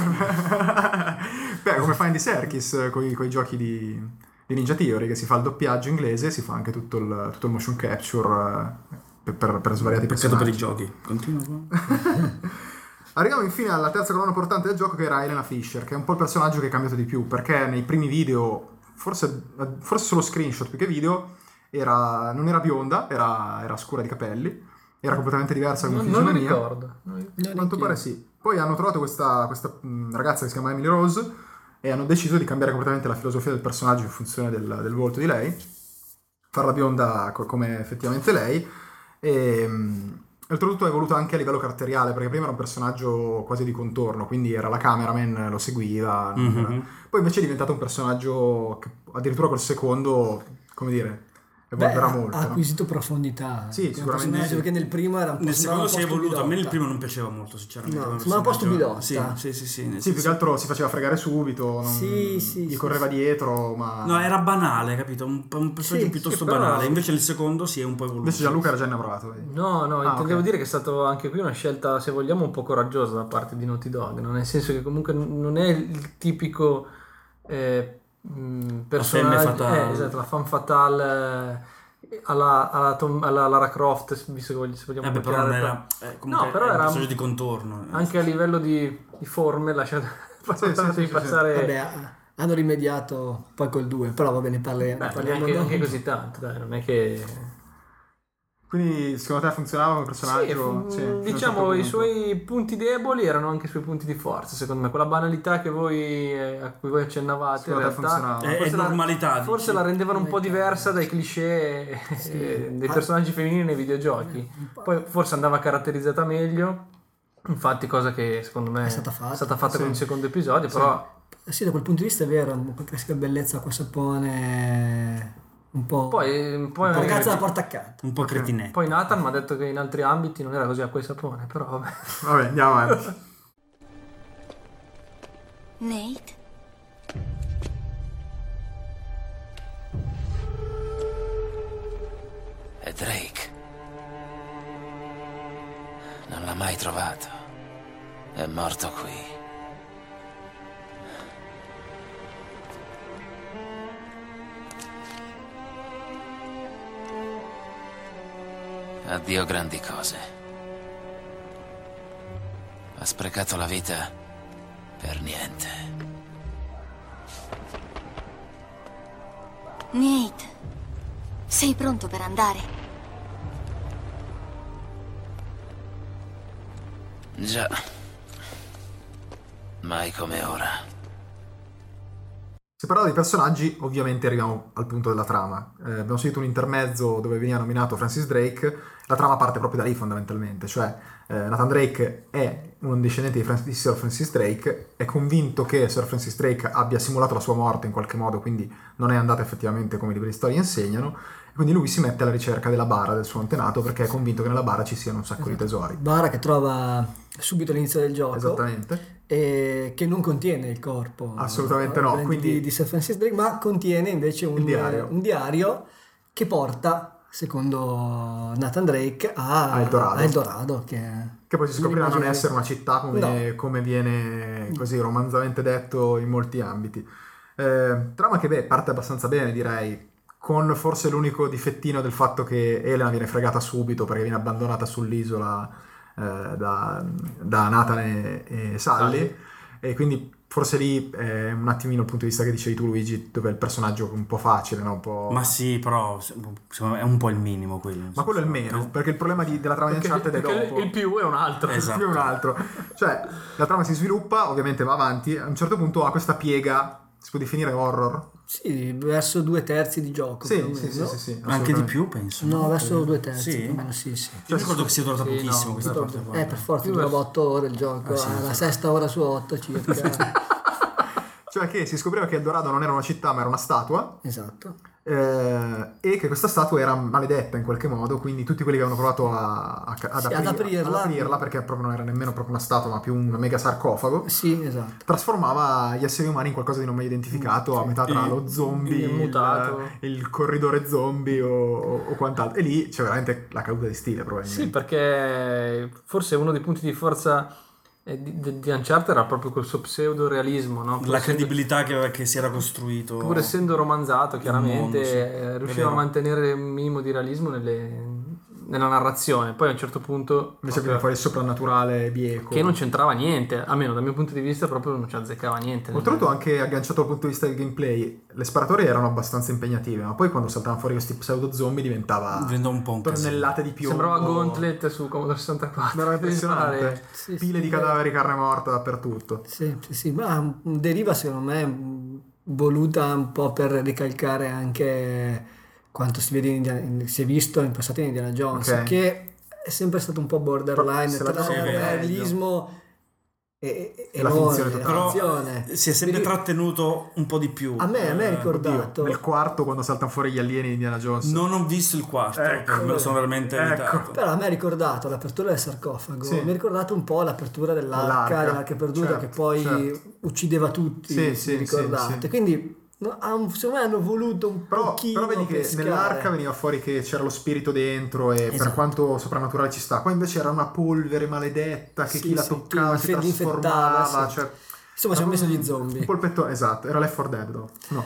Come fa Andy Serkis con i giochi di Ninja Theory, che si fa il doppiaggio inglese, si fa anche tutto il motion capture per svariati personaggi. Per i giochi. Continua qua. Arriviamo infine alla terza colonna portante del gioco, che era Helena Fisher, che è un po' il personaggio che è cambiato di più, perché nei primi video, forse solo screenshot più che video, non era bionda, era scura di capelli, era completamente diversa come fisionomia. Non mi ricordo. A quanto pare sì. Poi hanno trovato questa ragazza che si chiama Emily Rose e hanno deciso di cambiare completamente la filosofia del personaggio in funzione del volto di lei, farla bionda come effettivamente lei. E oltretutto è evoluto anche a livello caratteriale, perché prima era un personaggio quasi di contorno, quindi era la cameraman, lo seguiva, poi invece è diventato un personaggio che addirittura col secondo, come dire, evolverà molto. Ha acquisito profondità. Sì, sicuramente sì. Perché nel primo era un po'... Nel secondo si è evoluto, a me il primo non piaceva molto, sinceramente. No, ma un po' stupidotta. Sì, più che altro si faceva fregare subito, gli correva dietro, ma... No, era banale, capito? Un personaggio piuttosto banale, invece nel secondo si è un po' evoluto. Invece Gianluca era già innamorato. No, intendevo dire che è stato anche qui una scelta, se vogliamo, un po' coraggiosa da parte di Naughty Dog, no? Nel senso che comunque non è il tipico... personaggio, la fan fatale alla Lara Croft, visto che se vogliamo però non era però era un personaggio di contorno anche a livello di forme lasciate passare. Vabbè, hanno rimediato poi col 2, però va bene, parliamo anche così tanto, dai, non è che... Quindi secondo te funzionava come personaggio? Diciamo i suoi punti deboli erano anche i suoi punti di forza, secondo me. Quella banalità a cui voi accennavate in realtà è normalità. Forse la rendevano un po' diversa dai cliché dei personaggi femminili nei videogiochi. Poi forse andava caratterizzata meglio. Infatti, cosa che secondo me è stata fatta con il secondo episodio, però... Sì, da quel punto di vista è vero, un po' classica bellezza acqua sapone... un po'... Poi ragazza la porta accanto. Un po' cretinetto. Poi Nathan mi ha detto che in altri ambiti non era così acqua e sapone, però vabbè. Vabbè, andiamo avanti. Nate? È Drake. Non l'ha mai trovato. È morto qui. Addio grandi cose. Ha sprecato la vita per niente. Nate, sei pronto per andare? Già. Mai come ora. Se parliamo di personaggi, ovviamente arriviamo al punto della trama. Abbiamo sentito un intermezzo dove veniva nominato Francis Drake. La trama parte proprio da lì fondamentalmente, cioè Nathan Drake è un discendente di Sir Francis Drake, è convinto che Sir Francis Drake abbia simulato la sua morte in qualche modo, quindi non è andata effettivamente come i libri di storia insegnano, e quindi lui si mette alla ricerca della bara del suo antenato perché è convinto che nella bara ci siano un sacco di tesori. Bara che trova subito all'inizio del gioco. Esattamente. E che non contiene il corpo. Assolutamente no. Quindi di Sir Francis Drake, ma contiene invece un diario che porta, secondo Nathan Drake, a Eldorado, che poi si scoprirà non essere una città come viene così romanzamente detto in molti ambiti. Trama che parte abbastanza bene, direi, con forse l'unico difettino del fatto che Elena viene fregata subito perché viene abbandonata sull'isola da Nathan e Sally, e quindi forse lì è un attimino il punto di vista che dicevi tu, Luigi, dove è il personaggio un po' facile, no? Un po'... Ma sì, però è un po' il minimo quello. Ma quello è il meno, perché il problema della trama di Uncharted è dopo. Il più è un altro. Esatto. Il più è un altro. Cioè, la trama si sviluppa, ovviamente va avanti, a un certo punto ha questa piega, si può definire horror? Sì, verso 2/3 di gioco. Sì. Anche di più, penso. No, verso 2/3. Sì. Sì. Io ricordo che sia durata pochissimo questa parte qua. Per forza durava 8 ore il gioco, la sesta ora su 8 circa. Cioè che si scopriva che Eldorado non era una città ma era una statua. Esatto. E che questa statua era maledetta in qualche modo, quindi tutti quelli che avevano provato ad aprirla, perché proprio non era nemmeno proprio una statua ma più un mega sarcofago, sì, esatto, trasformava gli esseri umani in qualcosa di non mai identificato, a metà tra lo zombie, il corridore zombie o quant'altro, e lì c'è veramente la caduta di stile probabilmente. Sì, perché forse uno dei punti di forza di Uncharted era proprio quel suo pseudo realismo, no? La credibilità che si era costruito, pur essendo romanzato chiaramente mondo, sì. Riusciva a mantenere un minimo di realismo nella narrazione. Poi a un certo punto invece veniva fuori il soprannaturale bieco, che non c'entrava niente, almeno dal mio punto di vista proprio non ci azzeccava niente. Oltretutto anche agganciato dal punto di vista del gameplay, le sparatorie erano abbastanza impegnative, ma poi quando saltavano fuori questi pseudo zombie diventava un po' un tonnellate di piombo. Sembrava Gauntlet su Commodore 64. Era impressionante. Pile di cadaveri, carne morta dappertutto. Sì, ma deriva secondo me voluta un po' per ricalcare anche quanto si è visto in passato in Indiana Jones, che è sempre stato un po' borderline tra il realismo e la finzione. Però si è sempre trattenuto un po' di più. A me è ricordato nel quarto, quando saltano fuori gli alieni di Indiana Jones. Non ho visto il quarto, me lo sono veramente evitato. Però a me è ricordato l'apertura del sarcofago, mi ha ricordato un po' l'apertura dell'arca perduta, che poi uccideva tutti, se ricordate. Quindi secondo me hanno voluto un pochino però vedi che nell'arca veniva fuori che c'era lo spirito dentro, e per quanto soprannaturale ci sta, qua invece era una polvere maledetta che chi la toccava si trasformava, cioè, insomma ci hanno messo gli zombie, un polpettone, esatto, era Left 4 Dead no.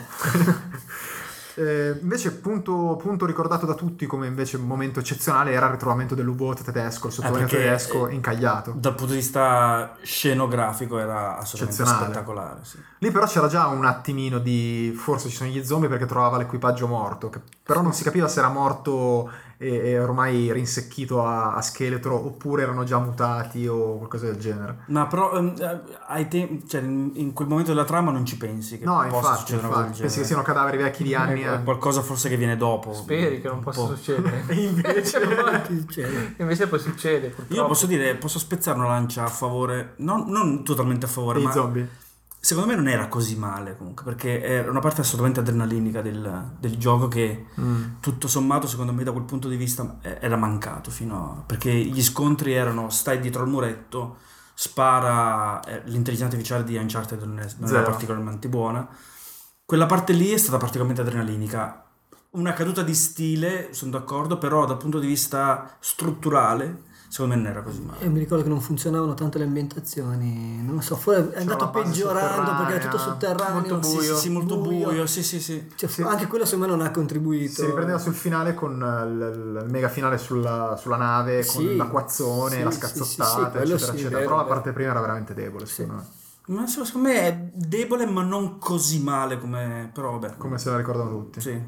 Invece punto ricordato da tutti come invece un momento eccezionale era il ritrovamento dell'U-boat tedesco, il sottomarino tedesco incagliato. Dal punto di vista scenografico era assolutamente spettacolare, sì. Lì però c'era già un attimino di forse ci sono gli zombie, perché trovava l'equipaggio morto, che però non si capiva se era morto e ormai rinsecchito a scheletro, oppure erano già mutati o qualcosa del genere. Ma però in quel momento della trama non ci pensi che possa succedere una cosa del genere. Pensi che siano cadaveri vecchi di anni, qualcosa forse che viene dopo. Speri che non possa succedere. E invece poi succede, purtroppo. Io posso spezzare una lancia a favore, non totalmente a favore, dei zombie. secondo me non era così male comunque, perché era una parte assolutamente adrenalinica del gioco che tutto sommato secondo me da quel punto di vista era mancato perché gli scontri erano stai dietro al muretto, spara, l'intelligenza artificiale di Uncharted non era particolarmente buona, quella parte lì è stata particolarmente adrenalinica, una caduta di stile, sono d'accordo, però dal punto di vista strutturale secondo me non era così male. E mi ricordo che non funzionavano tanto le ambientazioni, non lo so, forse è andato peggiorando perché era tutto sotterraneo, molto buio, sì, molto buio. Sì. Cioè, anche quello secondo me non ha contribuito. Si riprendeva sul finale con il mega finale sulla nave, con l'acquazzone, la scazzottata, eccetera. Però la parte prima era veramente debole, secondo me. Ma secondo me è debole, ma non così male come, però vabbè. Come se la ricordano tutti. Sì.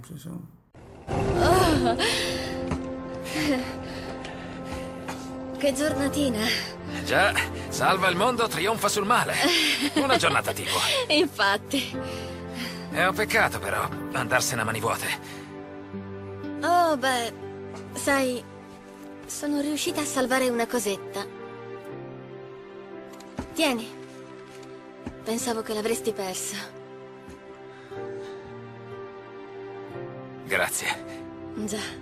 Che giornatina. Già, salva il mondo, trionfa sul male. Una giornata tipo. Infatti. È un peccato però andarsene a mani vuote. Oh, beh, sai, sono riuscita a salvare una cosetta. Tieni. Pensavo che l'avresti persa. Grazie. Già.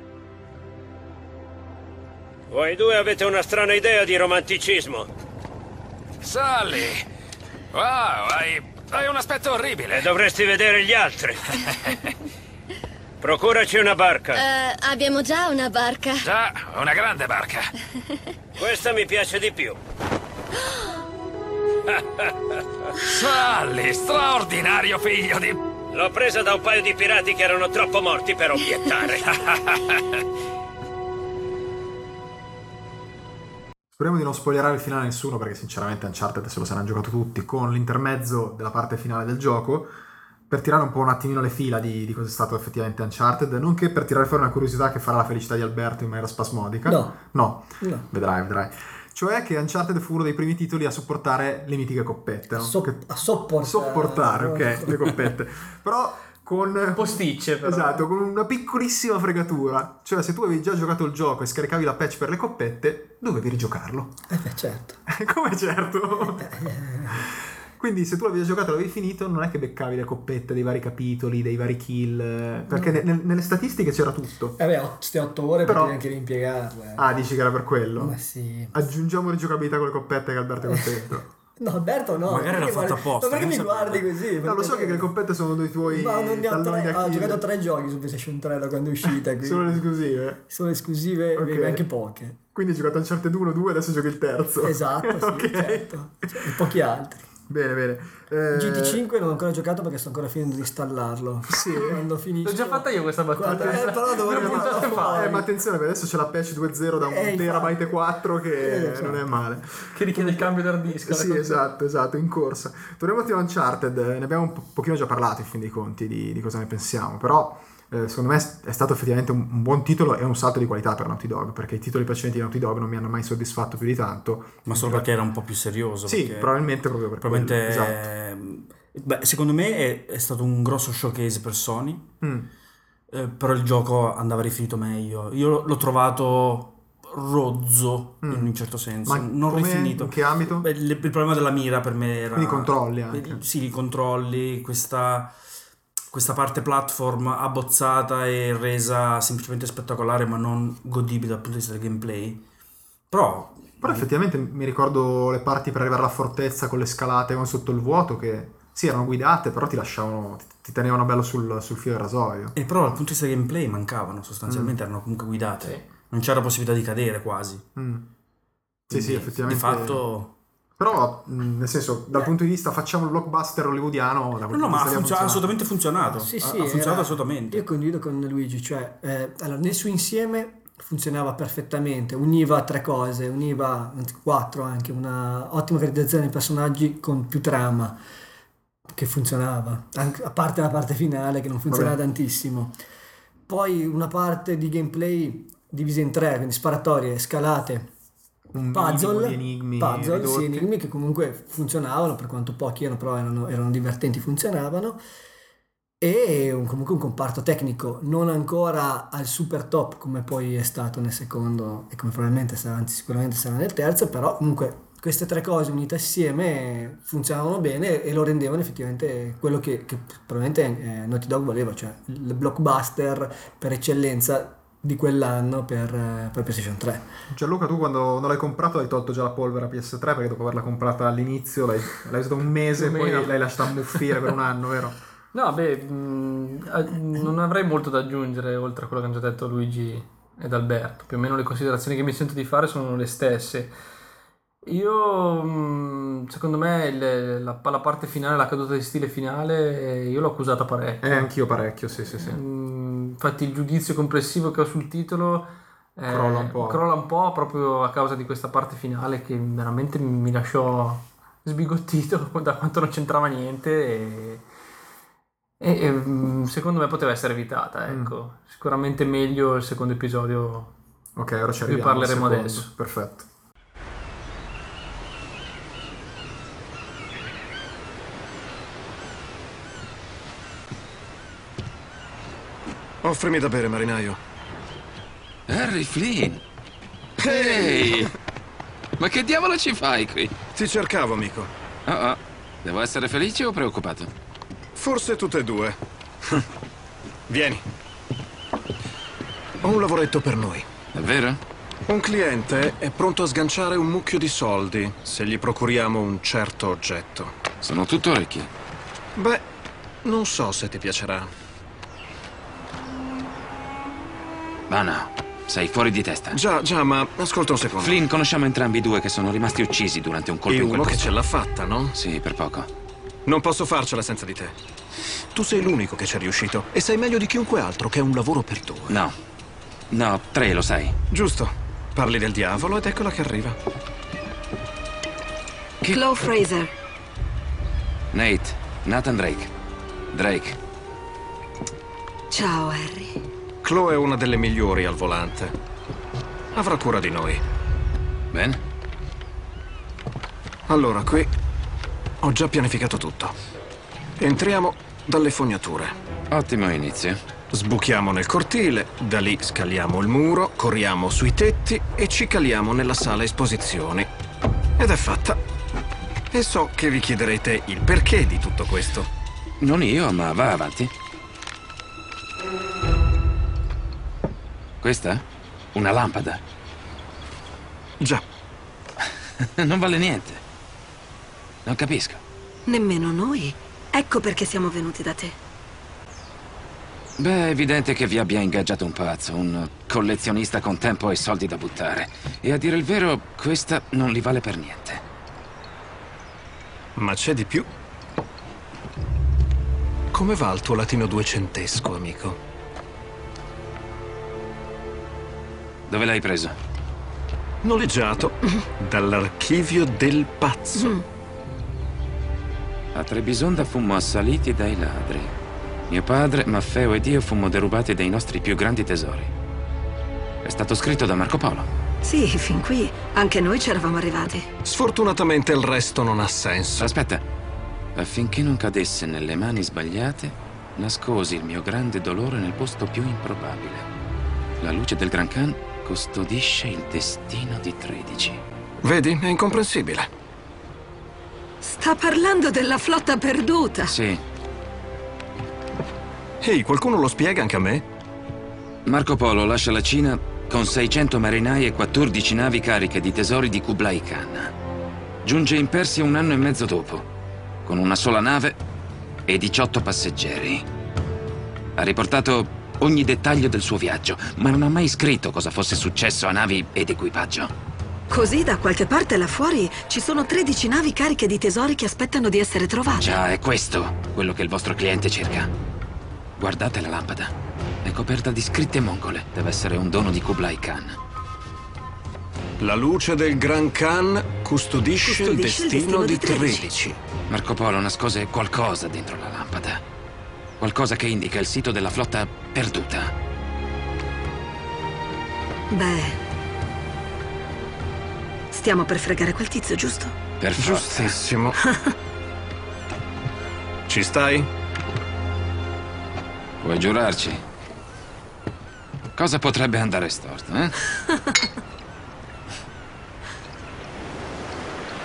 Voi due avete una strana idea di romanticismo. Sully! Wow, hai un aspetto orribile. E dovresti vedere gli altri. Procuraci una barca. Abbiamo già una barca. Già, una grande barca. Questa mi piace di più. Sully, straordinario figlio di... L'ho presa da un paio di pirati che erano troppo morti per obiettare. Speriamo di non spoilerare il finale a nessuno, perché sinceramente Uncharted se lo saranno giocato tutti, con l'intermezzo della parte finale del gioco, per tirare un po' un attimino le fila di cosa è stato effettivamente Uncharted, nonché per tirare fuori una curiosità che farà la felicità di Alberto in maniera spasmodica. No. Vedrai. Cioè che Uncharted fu uno dei primi titoli a sopportare le mitiche coppette, no? A sopportare, ok, le coppette. Però con posticce, però. Esatto, con una piccolissima fregatura. Cioè, se tu avevi già giocato il gioco e scaricavi la patch per le coppette, dovevi rigiocarlo. Certo. Come certo? Quindi se tu l'avevi giocato e l'avevi finito, non è che beccavi le coppette dei vari capitoli, dei vari kill, perché nelle statistiche c'era tutto. Queste 8 ore però potevi anche rimpiegarle. Ah, dici che era per quello? Ma sì. Aggiungiamo rigiocabilità con le coppette che Alberto è contento. No, Alberto no. Magari era fatto apposta. Ma perché mi guardi così? No, lo so che le coppette sono dei tuoi... Ma non ne ho tre. Ho giocato 3 giochi su PlayStation 3 da quando è uscita. Solo le esclusive? Sono esclusive, okay. Anche poche. Quindi hai giocato Uncharted 1, 2, adesso giochi il terzo. Esatto, sì, okay. Certo. E pochi altri. Bene. GT5 non ho ancora giocato perché sto ancora finendo di installarlo. Sì. Quando finisco. L'ho già fatta io questa battuta. Però dovrei fare. Ma attenzione, perché adesso c'è la patch 2.0 da 1 terabyte 4 che non è male. Che richiede il cambio di hard disk. Sì, esatto, in corsa. Torniamo a Uncharted, ne abbiamo un pochino già parlato in fin dei conti di cosa ne pensiamo, però secondo me è stato effettivamente un buon titolo e un salto di qualità per Naughty Dog, perché i titoli precedenti di Naughty Dog non mi hanno mai soddisfatto più di tanto. Ma solo perché era un po' più serioso. Sì, probabilmente proprio per quello. Esatto. Beh, secondo me è stato un grosso showcase per Sony, però il gioco andava rifinito meglio. Io l'ho trovato rozzo in un certo senso, ma non rifinito. In che ambito? Beh, il problema della mira per me era... Quindi i controlli anche. Sì, i controlli, questa parte platform abbozzata e resa semplicemente spettacolare ma non godibile dal punto di vista del gameplay. Però effettivamente mi ricordo le parti per arrivare alla fortezza con le scalate sotto il vuoto che sì, erano guidate, però ti lasciavano, ti tenevano bello sul filo del rasoio. E però dal punto di vista del gameplay mancavano, sostanzialmente erano comunque guidate. Sì. Non c'era possibilità di cadere quasi. Sì, effettivamente. Di fatto... Però, nel senso, dal punto di vista facciamo il blockbuster hollywoodiano... No, ma ha assolutamente funzionato. Sì, ha funzionato assolutamente. Io condivido con Luigi, cioè, allora, nel suo insieme funzionava perfettamente, univa 3 cose, univa 4 anche, una ottima caratterizzazione dei personaggi con più trama, che funzionava, anche, a parte la parte finale che non funzionava tantissimo. Poi una parte di gameplay divisa in 3, quindi sparatorie, scalate, puzzle, enigmi che comunque funzionavano, per quanto pochi erano, però erano divertenti, funzionavano, e comunque un comparto tecnico non ancora al super top come poi è stato nel secondo e come probabilmente sarà, anzi sicuramente sarà nel terzo, però comunque queste tre cose unite assieme funzionavano bene e lo rendevano effettivamente quello che probabilmente Naughty Dog voleva, cioè il blockbuster per eccellenza di quell'anno per PlayStation 3. Gianluca, tu quando l'hai comprato hai tolto già la polvera PS3, perché dopo averla comprata all'inizio l'hai usato un mese e poi l'hai lasciata ammuffire per un anno, vero? No, non avrei molto da aggiungere oltre a quello che hanno già detto Luigi ed Alberto. Più o meno le considerazioni che mi sento di fare sono le stesse. Io, secondo me, la parte finale, la caduta di stile finale, io l'ho accusata parecchio. Anch'io parecchio, sì. Infatti il giudizio complessivo che ho sul titolo crolla un po' proprio a causa di questa parte finale che veramente mi lasciò sbigottito da quanto non c'entrava niente e secondo me poteva essere evitata, ecco. Sicuramente meglio il secondo episodio. Ok, ora ci arriviamo, parleremo adesso. Perfetto. Offrimi da bere, marinaio. Harry Flynn! Ehi! Ma che diavolo ci fai qui? Ti cercavo, amico. Oh. Devo essere felice o preoccupato? Forse tutte e due. Vieni. Ho un lavoretto per noi. Davvero? Un cliente è pronto a sganciare un mucchio di soldi se gli procuriamo un certo oggetto. Sono tutto orecchi. Beh, non so se ti piacerà. Ma no, sei fuori di testa. Già, ma ascolta un secondo. Flynn, conosciamo entrambi i due che sono rimasti uccisi durante un colpo e in quel uno posto. che ce l'ha fatta, no? Sì, per poco. Non posso farcela senza di te. Tu sei l'unico che ci è riuscito e sai meglio di chiunque altro che è un lavoro per due. No, tre, lo sai. Giusto. Parli del diavolo ed eccola che arriva. Chloe Fraser. Nathan Drake. Ciao, Harry. Chloe è una delle migliori al volante. Avrà cura di noi. Bene. Allora, qui ho già pianificato tutto. Entriamo dalle fognature. Ottimo inizio. Sbuchiamo nel cortile, da lì scaliamo il muro, corriamo sui tetti e ci caliamo nella sala esposizioni. Ed è fatta. E so che vi chiederete il perché di tutto questo. Non io, ma va avanti. Questa? Una lampada? Già. Non vale niente. Non capisco. Nemmeno noi. Ecco perché siamo venuti da te. Beh, è evidente che vi abbia ingaggiato un pazzo, un collezionista con tempo e soldi da buttare. E a dire il vero, questa non li vale per niente. Ma c'è di più. Come va il tuo latino duecentesco, amico? Dove l'hai preso? Noleggiato dall'archivio del pazzo. A Trebisonda fummo assaliti dai ladri. Mio padre, Maffeo ed io fummo derubati dei nostri più grandi tesori. È stato scritto da Marco Polo. Sì, fin qui anche noi ci eravamo arrivati. Sfortunatamente il resto non ha senso. Aspetta. Affinché non cadesse nelle mani sbagliate, nascosi il mio grande dolore nel posto più improbabile. La luce del Gran Khan custodisce il destino di 13. Vedi? È incomprensibile. Sta parlando della flotta perduta. Sì. Ehi, qualcuno lo spiega anche a me? Marco Polo lascia la Cina con 600 marinai e 14 navi cariche di tesori di Kublai Khan. Giunge in Persia un anno e mezzo dopo, con una sola nave e 18 passeggeri. Ha riportato ogni dettaglio del suo viaggio, ma non ha mai scritto cosa fosse successo a navi ed equipaggio. Così da qualche parte là fuori ci sono 13 navi cariche di tesori che aspettano di essere trovate. Già, è questo quello che il vostro cliente cerca. Guardate la lampada. È coperta di scritte mongole. Deve essere un dono di Kublai Khan. La luce del Gran Khan custodisce il destino di 13. Marco Polo nascose qualcosa dentro la lampada. Qualcosa che indica il sito della flotta perduta. Beh, stiamo per fregare quel tizio, giusto? Per forza. Giustissimo. Ci stai? Vuoi giurarci? Cosa potrebbe andare storto, eh?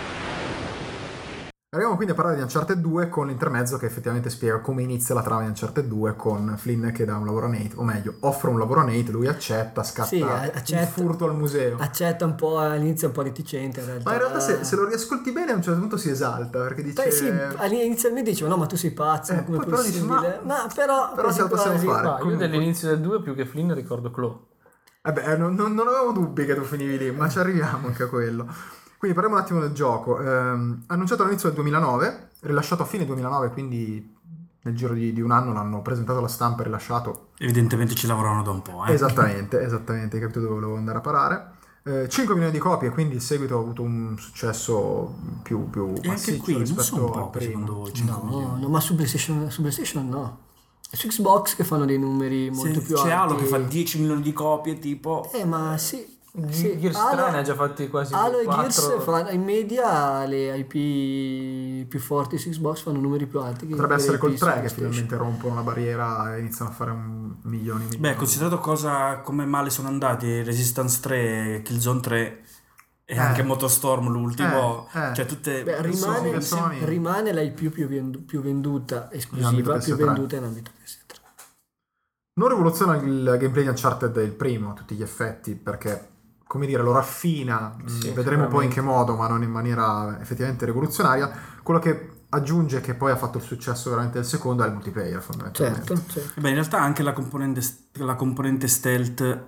Arriviamo quindi a parlare di Uncharted 2 con l'intermezzo che effettivamente spiega come inizia la trama di Uncharted 2 con Flynn che dà un lavoro a Nate, o meglio, offre un lavoro a Nate, lui accetta, scatta il furto al museo. Accetta un po', all'inizio un po' reticente in realtà. Ma in realtà se lo riascolti bene a un certo punto si esalta perché dice... Sì, inizialmente diceva no ma tu sei pazzo, come poi possibile? Però ce la possiamo fare. Io dell'inizio del 2 più che Flynn ricordo Chloe. Non avevo dubbi che tu finivi lì, ma ci arriviamo anche a quello. Quindi parliamo un attimo del gioco. Annunciato all'inizio del 2009, rilasciato a fine 2009, quindi nel giro di un anno l'hanno presentato alla stampa e rilasciato. Evidentemente ci lavoravano da un po'. Esattamente, hai capito dove volevo andare a parare. 5 milioni di copie, quindi il seguito ha avuto un successo più e anche qui non sono poco secondo voi 5 milioni. No, ma su PlayStation no. È su Xbox che fanno dei numeri molto più alti. C'è Halo che fa 10 milioni di copie tipo. Ma sì. Gears 3 ne ha già fatti quasi Halo 4. e Gears in media le IP più forti su Xbox fanno numeri più alti. Potrebbe essere col 3 che finalmente rompono la barriera e iniziano a fare milioni. Beh, considerato come male sono andati Resistance 3, Killzone 3 e anche Motostorm l'ultimo, cioè tutte rimane la IP più venduta esclusiva, più venduta in ambito PS3. Non rivoluziona il gameplay di Uncharted il primo a tutti gli effetti, perché come dire lo raffina, vedremo poi in che modo, ma non in maniera effettivamente rivoluzionaria. Quello che aggiunge, che poi ha fatto il successo veramente del secondo, è il multiplayer fondamentalmente. Certo. Beh, in realtà anche la componente stealth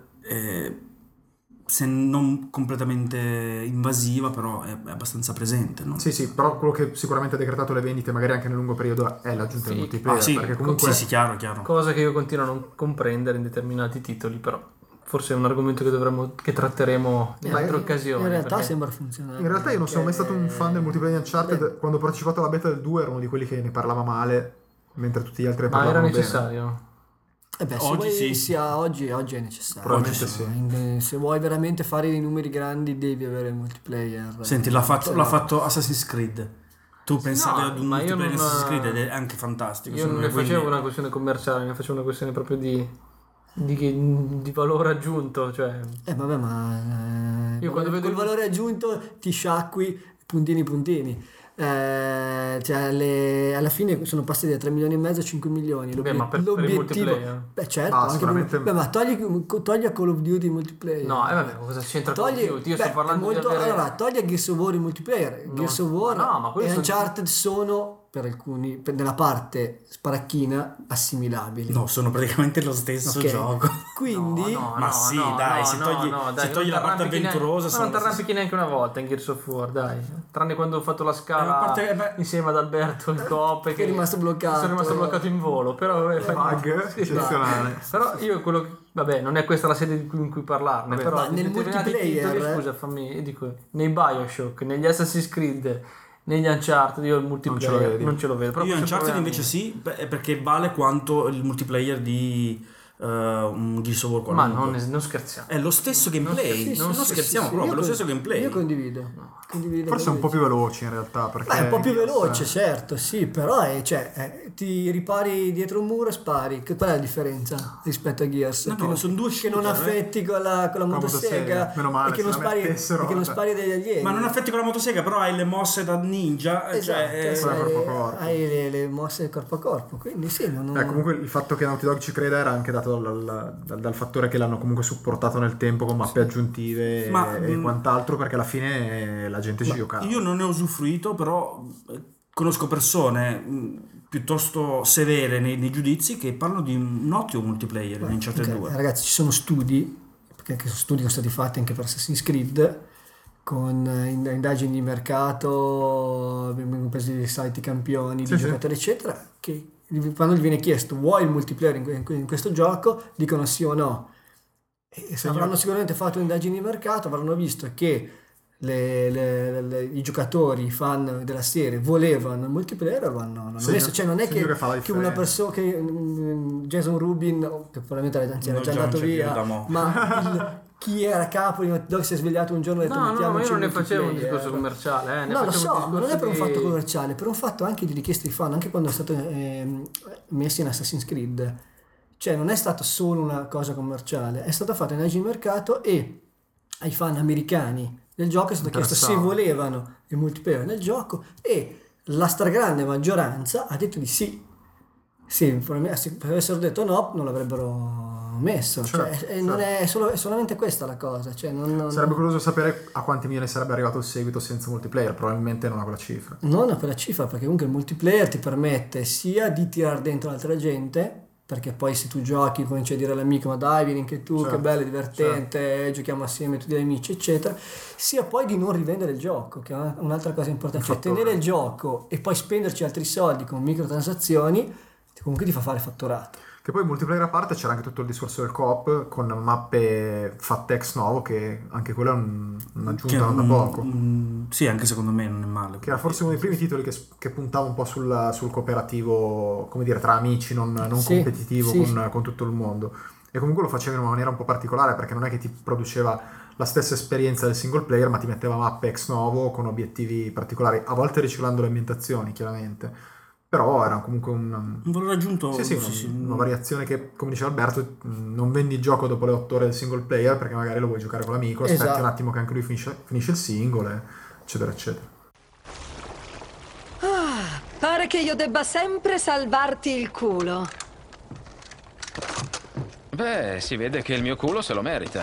se non completamente invasiva, però è abbastanza presente, no? Sì, però quello che sicuramente ha decretato le vendite magari anche nel lungo periodo è l'aggiunta del multiplayer, perché comunque chiaro. Cosa che io continuo a non comprendere in determinati titoli, però forse è un argomento che tratteremo in altre occasioni. In realtà sembra funzionare. In realtà io non sono mai stato un fan del multiplayer di Uncharted. Quando ho partecipato alla beta del 2 ero uno di quelli che ne parlava male, mentre tutti gli altri ne parlavano bene. Ma era necessario? Oggi è necessario. Probabilmente sì. Se vuoi veramente fare dei numeri grandi devi avere il multiplayer. Senti, l'ha fatto Assassin's Creed. Tu pensavi ad un multiplayer di Assassin's Creed ed è anche fantastico. Io non ne facevo una questione commerciale, ne facevo una questione proprio di valore aggiunto, cioè. Vabbè, ma io quando vedo il valore aggiunto ti sciacqui puntini. Alla fine sono passati da 3 milioni e mezzo a 5 milioni. Ma per il multiplayer? Certo, ma togli a Call of Duty il multiplayer. No, cosa c'entra Call of Duty? Io sto parlando di allora, togli a Gears of War il multiplayer. Gears of War e Uncharted sono per alcuni, nella parte sparacchina, assimilabili. No, sono praticamente lo stesso gioco. Quindi se togli la parte avventurosa non ti arrampichi neanche una volta in Gears of War, dai, tranne quando ho fatto la scala insieme ad Alberto il coop che è rimasto bloccato. Sono rimasto bloccato in volo, però bug eccezionale. Però io quello che, vabbè, non è questa la sede in cui parlarne, però nel multiplayer titoli, scusa, dico, nei BioShock, negli Assassin's Creed, negli Uncharted io il multiplayer non ce lo vedo. Io Uncharted invece sì, perché vale quanto il multiplayer di un Gears of War qualunque. Ma non scherziamo. È lo stesso gameplay, non scherziamo proprio, è lo stesso gameplay. Io condivido. Forse un po' più veloce in realtà, perché è un po' più veloce, certo, sì, però ti ripari dietro un muro e spari. Qual è la differenza rispetto a Gears? Sono due che non affetti con la motosega, meno male, e che non spari degli alieni. Ma non affetti con la motosega, però hai le mosse da ninja, esatto, hai le mosse corpo a corpo, quindi sì. Comunque il fatto che Naughty Dog ci creda era anche dato dal fattore che l'hanno comunque supportato nel tempo con mappe aggiuntive e quant'altro, perché alla fine la gente ci giocava. Io non ne ho usufruito, però conosco persone piuttosto severe nei giudizi che parlano di un ottimo multiplayer in Uncharted 2. Ragazzi, ci sono studi, perché studi sono stati fatti anche per Assassin's Creed, con indagini di mercato, vengono presi dei siti campioni di giocatori eccetera, che quando gli viene chiesto vuoi il multiplayer in questo gioco, dicono sì o no, e avranno sicuramente fatto indagini di mercato, avranno visto che i giocatori, i fan della serie volevano il multiplayer, l'hanno messo. Cioè non è che una persona, che Jason Rubin, che probabilmente era già andato via, ma chi era capo di Naughty Dog si è svegliato un giorno e ha detto ma io non ne facevo un discorso commerciale, lo so, ma non è per un fatto commerciale, per un fatto anche di richieste di fan, anche quando è stato messo in Assassin's Creed, cioè non è stato solo una cosa commerciale, è stata fatta indagine di mercato e ai fan americani del gioco è stato chiesto se volevano il multiplayer nel gioco, e la stragrande maggioranza ha detto di sì. Sì, se avessero detto no, non l'avrebbero messo. Non è solamente questa la cosa. Sarebbe curioso sapere a quanti milioni sarebbe arrivato il seguito senza multiplayer, probabilmente non a quella cifra. Non a quella cifra, perché comunque il multiplayer ti permette sia di tirare dentro altra gente, perché poi se tu giochi cominci a dire all'amico ma dai vieni anche tu, che bello, è divertente, giochiamo assieme tutti gli amici eccetera, sia poi di non rivendere il gioco, che è un'altra cosa importante, cioè tenere il gioco e poi spenderci altri soldi con microtransazioni comunque ti fa fare fatturato. Che poi multiplayer a parte c'era anche tutto il discorso del co-op con mappe fatte ex novo, che anche quella è un'aggiunta non da poco. Sì, anche secondo me non è male. Che era forse uno dei primi titoli che puntava un po' sul cooperativo, come dire, tra amici, non competitivo con tutto il mondo. E comunque lo faceva in una maniera un po' particolare, perché non è che ti produceva la stessa esperienza del single player, ma ti metteva mappe ex novo con obiettivi particolari, a volte riciclando le ambientazioni, chiaramente. Però era comunque un valore aggiunto. Una variazione che, come diceva Alberto, non vendi il gioco dopo le 8 ore del single player perché magari lo vuoi giocare con l'amico, aspetti un attimo che anche lui finisce il singolo, eccetera eccetera. Pare che io debba sempre salvarti il culo. Beh, si vede che il mio culo se lo merita.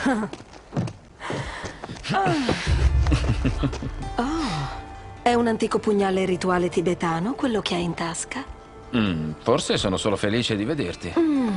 È un antico pugnale rituale tibetano, quello che hai in tasca? Forse sono solo felice di vederti.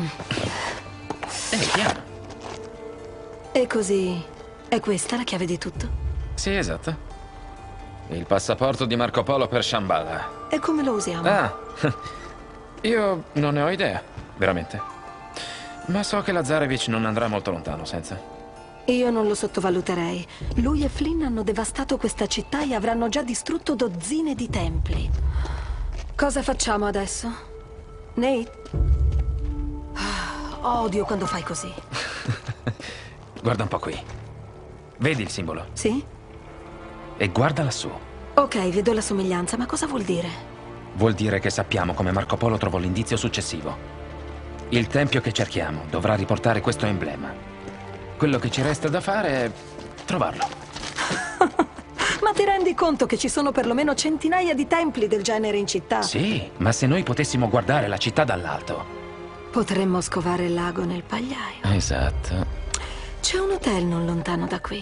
Piano. E così, è questa la chiave di tutto? Sì, esatto. Il passaporto di Marco Polo per Shambhala. E come lo usiamo? Io non ne ho idea, veramente. Ma so che Lazarevic non andrà molto lontano senza. Io non lo sottovaluterei. Lui e Flynn hanno devastato questa città e avranno già distrutto dozzine di templi. Cosa facciamo adesso? Nate? Odio quando fai così. Guarda un po' qui. Vedi il simbolo? Sì? E guarda lassù. Ok, vedo la somiglianza, ma cosa vuol dire? Vuol dire che sappiamo come Marco Polo trovò l'indizio successivo. Il tempio che cerchiamo dovrà riportare questo emblema. Quello che ci resta da fare è trovarlo. Ma ti rendi conto che ci sono perlomeno centinaia di templi del genere in città? Sì, ma se noi potessimo guardare la città dall'alto... Potremmo scovare il lago nel pagliaio. Esatto. C'è un hotel non lontano da qui.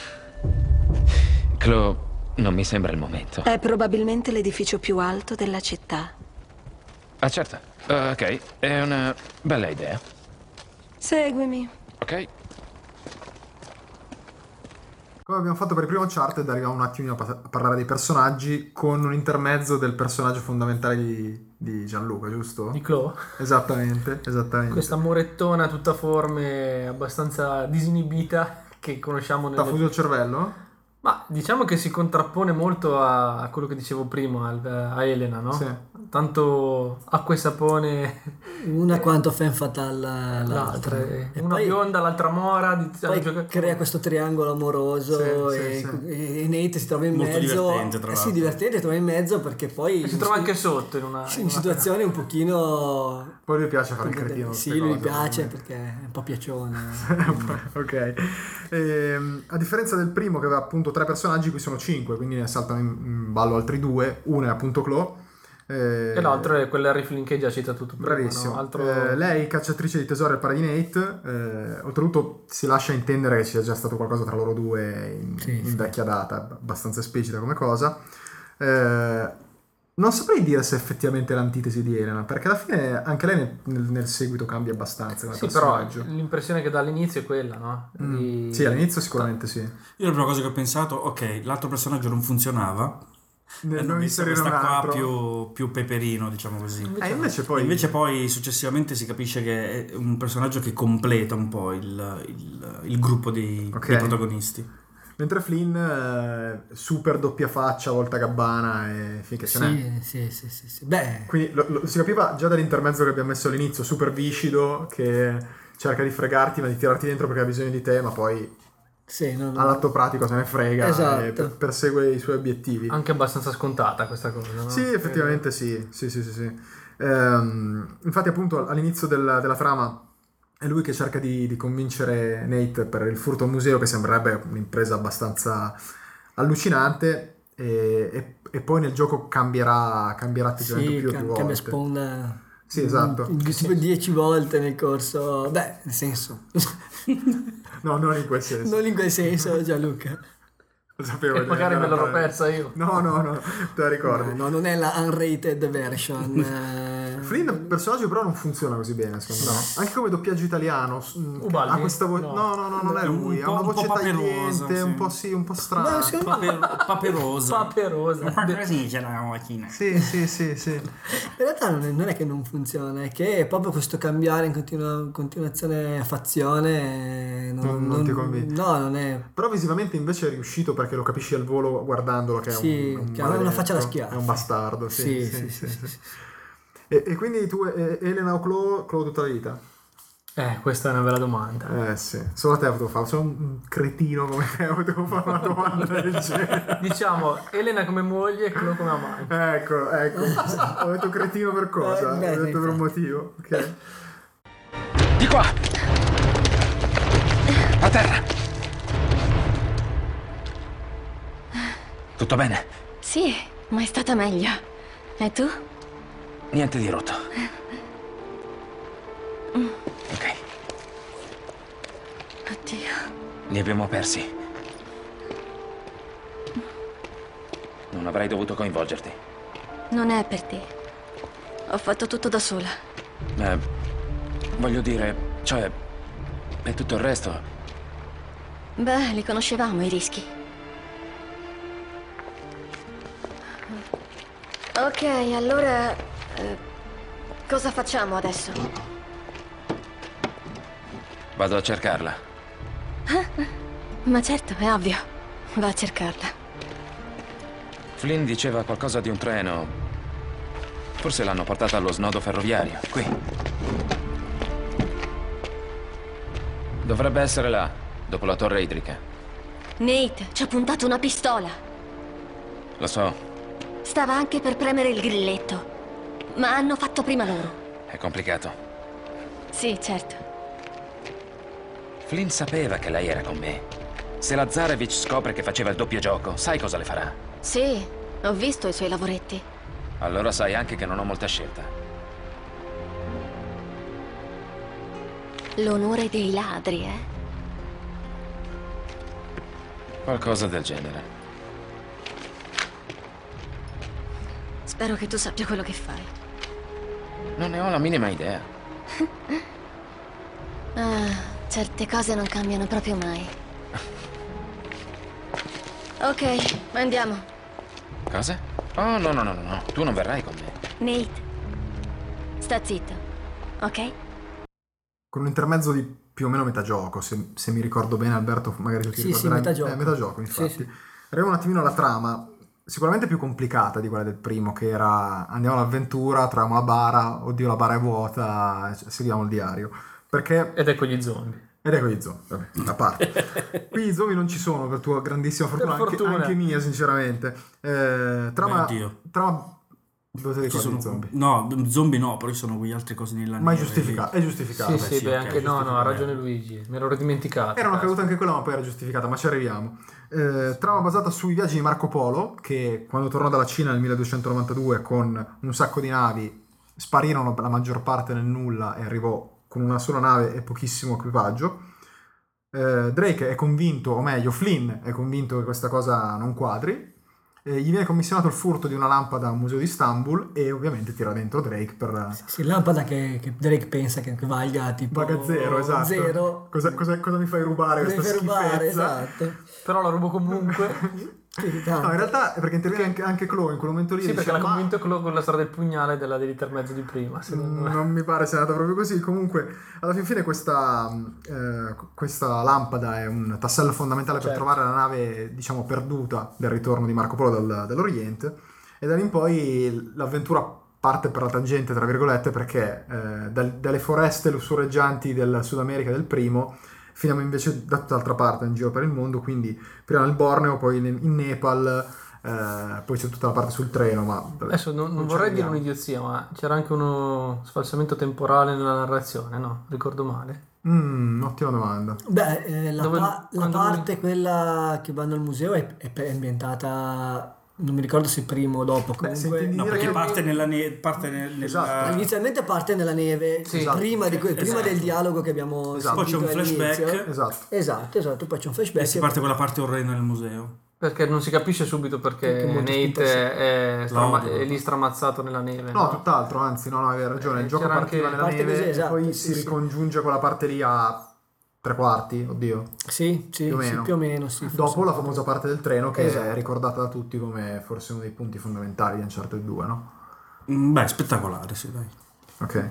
Chloe, non mi sembra il momento. È probabilmente l'edificio più alto della città. Ah, certo. Ok, è una bella idea. Seguimi. Ok. Come abbiamo fatto per il primo Uncharted, arriviamo un attimino a parlare dei personaggi con un intermezzo del personaggio fondamentale di Gianluca, giusto? Di Chloe? Esattamente. Questa morettona tutta forme, abbastanza disinibita, che conosciamo T'ha fuso il cervello? Ma diciamo che si contrappone molto a quello che dicevo prima, a Elena, no? Sì. Tanto acqua e sapone. Una quanto femme fatale l'altra. E una poi, bionda, l'altra mora. Poi crea questo triangolo amoroso e Nate si trova in molto mezzo. Divertente, tra l'altro. Sì, divertente, trova in mezzo perché poi... E si trova anche sotto in situazioni un pochino... Poi lui piace fare il cretino. Sì, lui piace perché è un po' piacione. Ok. A differenza del primo che aveva appunto 3 personaggi, qui sono 5, quindi ne saltano in ballo altri 2. Uno è appunto Chloe. E l'altro è quella Harry Flynn che già citato tu prima. Bravissimo. No? Lei cacciatrice di tesori al pari di Nate. Oltretutto si lascia intendere che ci sia già stato qualcosa tra loro due in vecchia data, abbastanza esplicita come cosa. Non saprei dire se effettivamente è l'antitesi di Elena, perché alla fine anche lei nel seguito cambia abbastanza come personaggio. Però l'impressione che dà all'inizio è quella, no? Sì, all'inizio sicuramente sì. Io la prima cosa che ho pensato, ok, l'altro personaggio non funzionava, hanno visto questa qua più peperino, diciamo così. Invece poi successivamente si capisce che è un personaggio che completa un po' il gruppo dei protagonisti. Mentre Flynn super doppia faccia, volta gabbana e finché se n'è. Sì. Beh. Quindi si capiva già dall'intermezzo che abbiamo messo all'inizio, super viscido, che cerca di fregarti ma di tirarti dentro perché ha bisogno di te, ma poi all'atto pratico se ne frega, esatto. E persegue i suoi obiettivi. Anche abbastanza scontata questa cosa, no? Sì, effettivamente sì. Infatti appunto all'inizio della trama è lui che cerca di convincere Nate per il furto a un museo, che sembrerebbe un'impresa abbastanza allucinante, e poi nel gioco cambierà atteggiamento più volte. Cambia spawn. Sì, esatto. 10 volte nel corso. Beh, nel senso. No, non in quel senso. Non in quel senso, Gianluca. Lo sapevo. Magari me l'ho persa io. No, te la ricordi. No, non è la unrated version. Flynn, il personaggio però non funziona così bene, secondo me. Anche come doppiaggio italiano. Ubaldi? Ha questa voce. No, non è lui. Ha una voce tagliente, un po' strana. Paperosa. Così c'è la macchina. Sì. In realtà non è che non funziona, è che è proprio questo cambiare in continuazione fazione. Non ti convince. No, non è. Però visivamente invece è riuscito perché lo capisci al volo guardandolo che che ha una faccia da schiaffo. È un bastardo, sì. Sì. E quindi tu, Elena o Chloe tutta la vita? Questa è una bella domanda. Sì, solo a te potevo fare, sono un cretino come te, potevo fare una domanda del genere. Diciamo, Elena come moglie e Chloe come amante. Ecco, ho detto cretino per cosa? Ho detto per un motivo, ok. Di qua! A terra! Tutto bene? Sì, ma è stata meglio. E tu? Niente di rotto. Ok. Oddio. Li abbiamo persi. Non avrei dovuto coinvolgerti. Non è per te. Ho fatto tutto da sola. Voglio dire, cioè, e tutto il resto. Beh, li conoscevamo i rischi. Ok, allora... cosa facciamo adesso? Vado a cercarla. Ma certo, è ovvio. Va a cercarla. Flynn diceva qualcosa di un treno. Forse l'hanno portata allo snodo ferroviario. Qui. Dovrebbe essere là, dopo la torre idrica. Nate ci ha puntato una pistola. Lo so. Stava anche per premere il grilletto. Ma hanno fatto prima loro. È complicato. Sì, certo. Flynn sapeva che lei era con me. Se la Zarevich scopre che faceva il doppio gioco, sai cosa le farà? Sì, ho visto i suoi lavoretti. Allora sai anche che non ho molta scelta. L'onore dei ladri, Qualcosa del genere. Spero che tu sappia quello che fai. Non ne ho la minima idea. Certe cose non cambiano proprio mai. Ok, andiamo. Cosa? Oh, no. Tu non verrai con me. Nate, sta zitto, ok? Con un intermezzo di più o meno metà gioco, se mi ricordo bene, Alberto, magari tu ti ricorderai. Sì, metà gioco, infatti. Sì. Arriviamo un attimino alla trama. Sicuramente più complicata di quella del primo, che era andiamo all'avventura, troviamo la bara, oddio la bara è vuota, seguiamo il diario. Perché... Ed ecco gli zombie. Vabbè, a parte. Qui i zombie non ci sono, per tua grandissima fortuna, anche mia sinceramente. Trama... Dove ti ricordi i zombie? No, zombie no, però ci sono quelle altre cose nella Ma neve. è giustificato. Sì, beh, anche no, ha ragione Luigi, me l'ero dimenticato. Era una caduta anche quella, ma poi era giustificata, ma ci arriviamo. Trama basata sui viaggi di Marco Polo, che quando tornò dalla Cina nel 1292 con un sacco di navi, sparirono per la maggior parte nel nulla e arrivò con una sola nave e pochissimo equipaggio. Drake è convinto, o meglio Flynn è convinto che questa cosa non quadri. Gli viene commissionato il furto di una lampada a un museo di Istanbul e ovviamente tira dentro Drake per... Sì, lampada che Drake pensa che valga tipo... Valga zero, esatto. Zero. Cosa mi fai rubare questa schifezza? Esatto. Però la rubo comunque. No, in realtà è perché interviene anche Chloe in quel momento lì. Sì, perché l'ha convinto Chloe con la storia del pugnale dell'intermezzo di prima. Non mi pare sia andata proprio così. Comunque, alla fine questa lampada è un tassello fondamentale per trovare la nave, diciamo, perduta del ritorno di Marco Polo dall'Oriente. E da lì in poi l'avventura parte per la tangente, tra virgolette, perché dalle foreste lussureggianti del Sud America del primo finiamo invece da tutt'altra parte in giro per il mondo, quindi prima nel Borneo, poi in Nepal, poi c'è tutta la parte sul treno, ma adesso non vorrei dire un'idiozia, ma c'era anche uno sfalsamento temporale nella narrazione, no? Ricordo male. Ottima domanda. Beh, la parte quella che vanno al museo è ambientata non mi ricordo se prima o dopo, comunque. No, perché parte nella neve. Esatto. Inizialmente parte nella neve, prima del dialogo che abbiamo sentito. Poi c'è un flashback. Esatto, poi c'è un flashback. E si parte con la parte orrenda nel museo. Perché non si capisce subito perché Nate è lì stramazzato nella neve. No, tutt'altro, anzi, no, avevi ragione. Il gioco partiva nella neve e poi si ricongiunge quella parte lì a 3/4, oddio. Sì, più o meno. Sì, dopo la famosa parte del treno che è ricordata da tutti come forse uno dei punti fondamentali di Uncharted 2, no? Beh, spettacolare, sì, dai. Ok.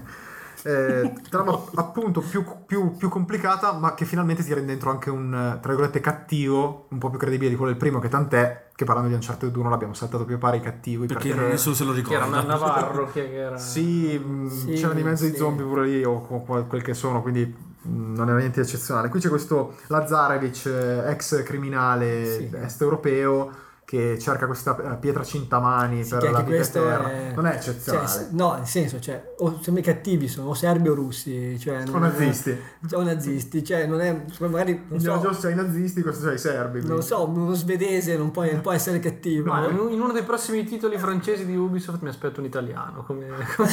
Trama appunto più complicata, ma che finalmente ti rende dentro anche un, tra virgolette, cattivo un po' più credibile di quello del primo, che tant'è che parlando di Uncharted 1 l'abbiamo saltato più pari i cattivi, perché nessuno se lo ricorda. Che era Navarro, che era... Sì, c'era di mezzo i zombie pure lì o quel che sono, quindi non era niente di eccezionale. Qui c'è questo Lazarevic, ex criminale est europeo, che cerca questa pietra cintamani per la vita eterna. Non è eccezionale. No, nel senso, o sembra cattivi sono o serbi o russi, o nazisti. O nazisti, non è magari non so. Già i nazisti, questo c'è i serbi. Non so, uno svedese non può essere cattivo. Ma in uno dei prossimi titoli francesi di Ubisoft mi aspetto un italiano. Come...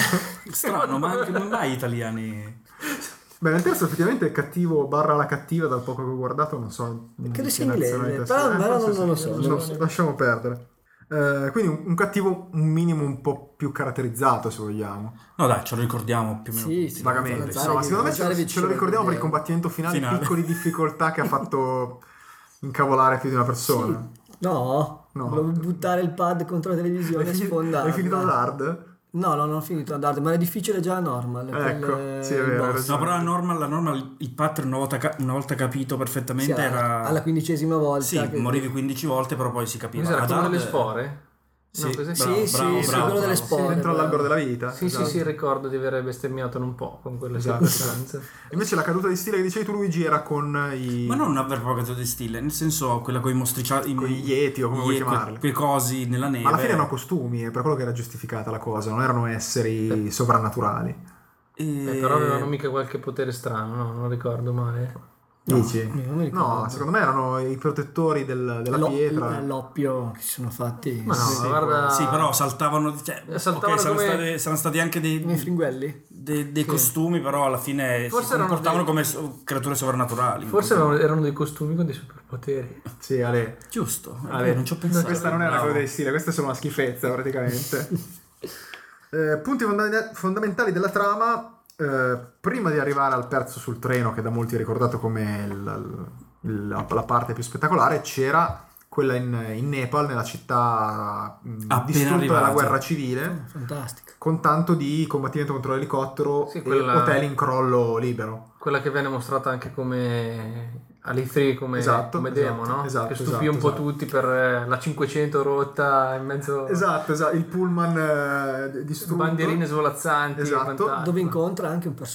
Strano, ma anche non hai italiani. Beh, nel terzo effettivamente è cattivo / la cattiva, dal poco che ho guardato, non so. Credo sia inglese, però non lo so. Lasciamo perdere. Quindi un cattivo un minimo un po' più caratterizzato, se vogliamo. No dai, ce lo ricordiamo più o meno. Sì, vagamente. No, secondo me ce lo ricordiamo per il combattimento finale. Piccoli difficoltà che ha fatto incavolare più di una persona. Sì. No. Volevo buttare il pad contro la televisione e sfondare. Hai finito l'hard? No, non ho finito l'hard, ma è difficile già la normal. Ecco, sì, è vero. No, però la normal il pattern una volta capito perfettamente era... Alla 15ª volta. Sì, morivi 15 volte, però poi si capiva. Era quello delle spore? Sì, quello delle spore. Dentro all'albero della vita. Sì, ricordo di aver bestemmiato un po' con quelle circostanze. Invece la caduta di stile che dicevi tu, Luigi, era con i... Ma non aver proprio caduta di stile, nel senso quella con i mostriciati, con gli Yeti o come vuoi chiamarli. Quei cosi nella neve. Ma alla fine erano costumi, è per quello che era giustificata la cosa, non erano esseri sovrannaturali. Però avevano mica qualche potere strano, no? Non ricordo male. Dici? No, secondo me erano i protettori della pietra. L'oppio che si sono fatti. Ma no, guarda... Sì, però saltavano. Saranno stati anche dei fringuelli. Dei costumi, però alla fine si comportavano come creature sovrannaturali. Forse erano dei costumi con dei superpoteri. Sì, Ale. Giusto. Ale, non ci ho pensato. Questa non è una cosa di stile, questa è solo una schifezza praticamente. Punti fondamentali della trama. Prima di arrivare al perso sul treno, che da molti è ricordato come la parte più spettacolare, c'era quella in Nepal, nella città distrutta dalla guerra civile. Fantastica. Con tanto di combattimento contro l'elicottero e hotel in crollo libero. Quella che viene mostrata anche come Ali3 come demo, no? Che stupì un po' tutti per la 500 rotta in mezzo. Esatto, il pullman distrutto, bandierine svolazzanti, dove incontra anche un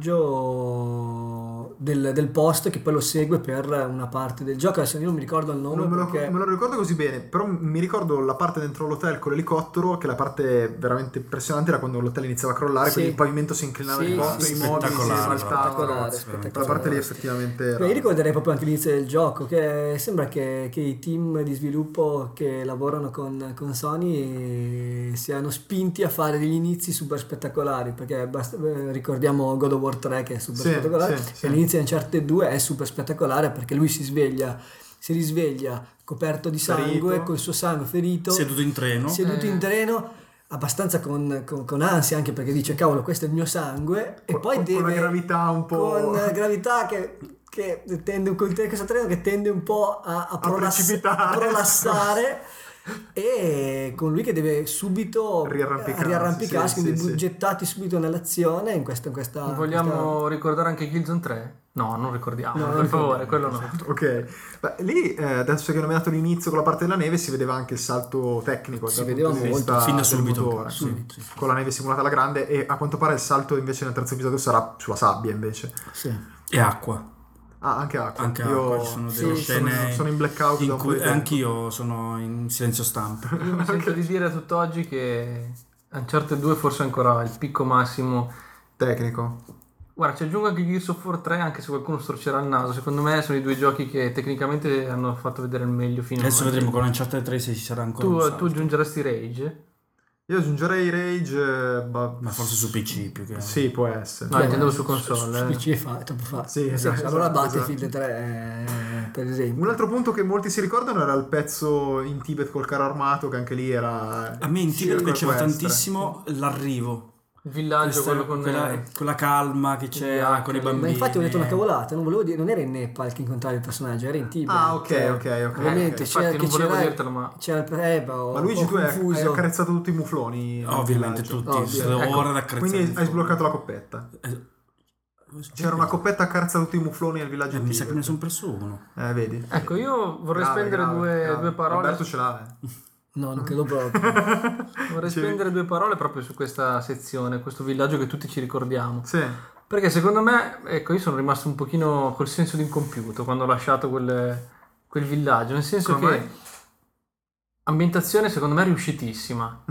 personaggio del post che poi lo segue per una parte del gioco. Adesso io non mi ricordo il nome, non me lo ricordo così bene, però mi ricordo la parte dentro l'hotel con l'elicottero, che la parte veramente impressionante era quando l'hotel iniziava a crollare, quindi il pavimento si inclinava in botto, i mobili si saltavano. Quella parte lì effettivamente era... Io ricorderei proprio anche l'inizio del gioco, che sembra che i team di sviluppo che lavorano con Sony siano spinti a fare degli inizi super spettacolari, perché ricordiamo God of War 3 che è super spettacolare, e l'inizio di Uncharted 2 è super spettacolare perché lui si risveglia coperto di sangue, col suo sangue ferito, seduto in treno abbastanza con ansia, anche perché dice cavolo, questo è il mio sangue, e poi deve con una gravità un po', con gravità che tende, questo treno che tende un po' a prolassare e con lui che deve subito riarrampicarsi, quindi gettati subito nell'azione in questa vogliamo ricordare anche Killzone 3? No, non ricordiamo, per favore, quello no. Ok. Beh, lì adesso che ho nominato l'inizio con la parte della neve, si vedeva anche il salto tecnico, si vedeva molto fin da subito, con la neve simulata alla grande, e a quanto pare il salto invece nel terzo episodio sarà sulla sabbia invece. E acqua. Anche acqua. Ci sono delle scene sono in blackout in cui anch'io sono in silenzio stampa. Io mi sento di dire a tutt'oggi che Uncharted 2 forse ancora il picco massimo tecnico. Guarda, ci aggiungo anche Gears of War 3, anche se qualcuno storcerà il naso. Secondo me sono i due giochi che tecnicamente hanno fatto vedere il meglio fino adesso vedremo con Uncharted 3 se ci sarà ancora tu aggiungeresti Rage? Io aggiungerei Rage, ma forse su PC più che... Sì, può essere. No, intendevo su console. Su PC è troppo facile. Sì, esatto, allora Battlefield 3, per esempio. Un altro punto che molti si ricordano era il pezzo in Tibet col carro armato, che anche lì era... A me in Tibet piaceva tantissimo l'arrivo. Il villaggio, quello con quella calma che c'è con i bambini. Ma infatti ho detto una cavolata, non volevo dire, non era in Nepal che incontravi il personaggio, era in Tibet. Ah, ok. Ovviamente infatti non volevo dirtelo, ma ma Luigi, tu hai accarezzato tutti i mufloni? Ovviamente tutti, ora da accarezzare. Quindi hai sbloccato la coppetta. C'era una coppetta accarezza tutti i mufloni al villaggio. Mi sa che ne sono preso uno. Vedi. Ecco, io vorrei spendere due parole. Alberto ce l'ha. No, non credo proprio. Vorrei spendere due parole proprio su questa sezione, questo villaggio che tutti ci ricordiamo. Sì. Perché secondo me, ecco, io sono rimasto un pochino col senso di incompiuto quando ho lasciato quel villaggio, nel senso che ambientazione secondo me riuscitissima,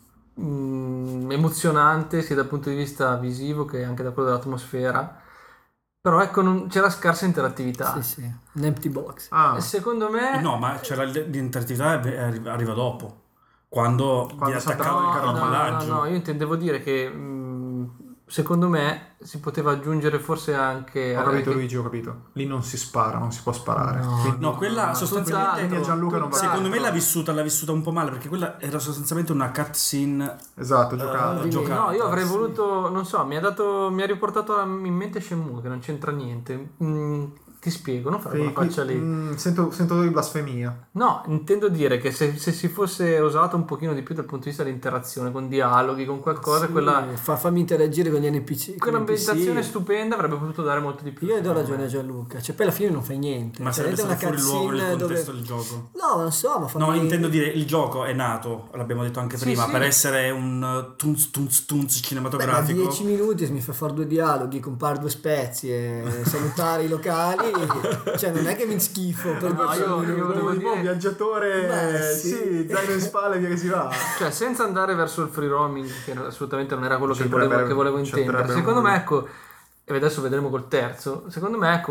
emozionante sia dal punto di vista visivo che anche da quello dell'atmosfera. Però ecco, c'era scarsa interattività. Sì, un empty box. E secondo me... No, ma c'era l'interattività arriva dopo. Quando vi attaccava il carro villaggio. No, io intendevo dire che secondo me si poteva aggiungere forse anche... Ho capito Luigi, ho capito. Lì non si spara, non si può sparare. No, quella sostanzialmente Gianluca non secondo me l'ha vissuta un po' male, perché quella era sostanzialmente una cutscene. Esatto, giocata. No, io avrei voluto, non so, mi ha riportato in mente Shenmue, che non c'entra niente. Ti spiego, non fare quella faccia lì. Sento di blasfemia. No, intendo dire che se si fosse usato un pochino di più dal punto di vista dell'interazione, con dialoghi, con qualcosa, quella... fammi interagire con gli NPC. Quell'ambientazione stupenda avrebbe potuto dare molto di più. Io do ragione a Gianluca, cioè poi alla fine non fai niente. Ma sarebbe stato fuori luogo nel contesto del gioco. No, non so, ma no, intendo dire, il gioco è nato, l'abbiamo detto anche prima, per essere un tunz cinematografico. 10 minuti mi fa fare 2 dialoghi, compare 2 spezie, salutare i locali. Cioè non è che mi schifo per io volevo dire viaggiatore, sì, zaino in spalle via che si va. Cioè senza andare verso il free roaming, che assolutamente non era quello che volevo intendere. Secondo me, ecco, e adesso vedremo col terzo, secondo me, ecco,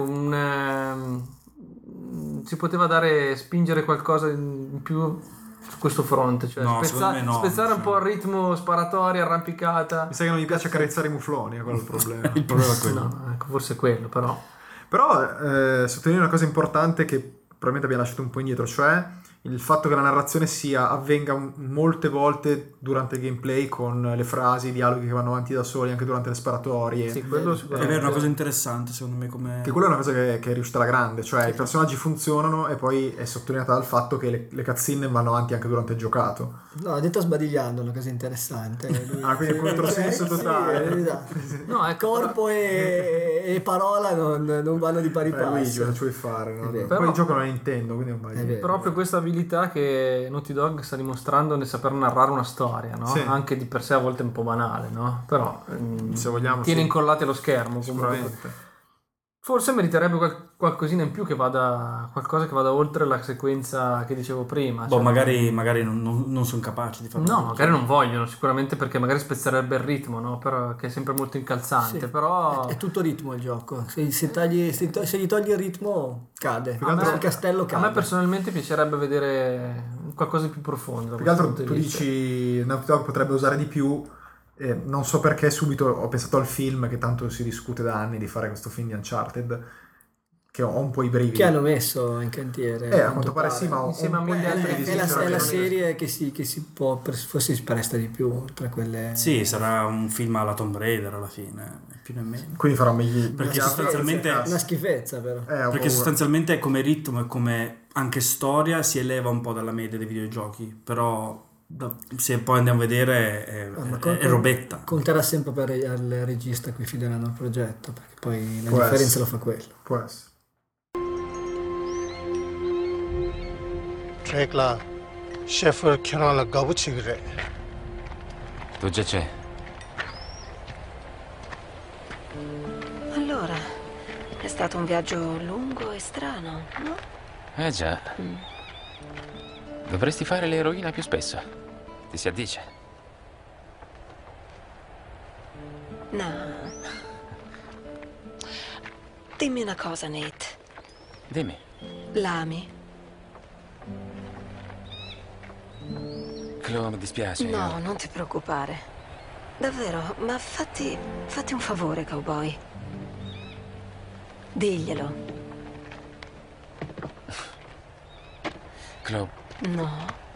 si poteva spingere qualcosa in più su questo fronte, cioè spezzare un po' il ritmo sparatoria, arrampicata. Mi sa che non gli piace accarezzare i mufloni, è quello il problema. Il problema è quello. No, ecco, forse è quello, però sottolineo una cosa importante che probabilmente abbiamo lasciato un po' indietro, cioè il fatto che la narrazione avvenga molte volte durante il gameplay con le frasi, i dialoghi che vanno avanti da soli anche durante le sparatorie. Sì, quello è una cosa interessante secondo me, che quella è una cosa che è riuscita alla grande, cioè i personaggi funzionano e poi è sottolineata dal fatto che le cutscene vanno avanti anche durante il giocato. No, ha detto sbadigliando, una cosa interessante. Quindi il controsenso totale. No, corpo e parola non vanno di pari passo. Luigi, cosa ci vuoi fare? No? Poi il gioco non è Nintendo, quindi non vai. Proprio questa abilità che Naughty Dog sta dimostrando nel saper narrare una storia, no? Sì. Anche di per sé a volte un po' banale, no? Però se vogliamo tiene incollati allo schermo. Sicuramente. Forse meriterebbe qualcosina in più qualcosa che vada oltre la sequenza che dicevo prima. Cioè, magari non sono capaci di farlo. No, magari non vogliono, sicuramente perché magari spezzerebbe il ritmo, no? Però, che è sempre molto incalzante. Sì. Però è tutto ritmo il gioco. Se gli togli il ritmo cade. Il castello cade. A me personalmente piacerebbe vedere qualcosa di più profondo. Più che altro tu dici Naughty Dog potrebbe usare di più. Non so perché subito ho pensato al film, che tanto si discute da anni di fare questo film di Uncharted, che ho un po' i brividi. Che hanno messo in cantiere. A quanto pare sì, ma insieme a mille altri è la serie che si può, forse si presta di più tra quelle. Sì, sarà un film alla Tomb Raider alla fine, più o meno. Quindi farà meglio. Perché sostanzialmente una schifezza però. Perché sostanzialmente come ritmo e come anche storia si eleva un po' dalla media dei videogiochi, però se poi andiamo a vedere è robetta. Conterà sempre per il regista a cui fideranno il progetto, perché poi la differenza lo fa quello. Può essere. Trekla Sheffer Kerala Gabuchigre. Tu già c'è. Allora, è stato un viaggio lungo e strano, no? Già. Dovresti fare l'eroina più spesso. Ti si addice? No. Dimmi una cosa, Nate. Dimmi. L'ami? Chloe, mi dispiace. No, non ti preoccupare. Davvero, ma fatti un favore, cowboy. Diglielo. Chloe. No.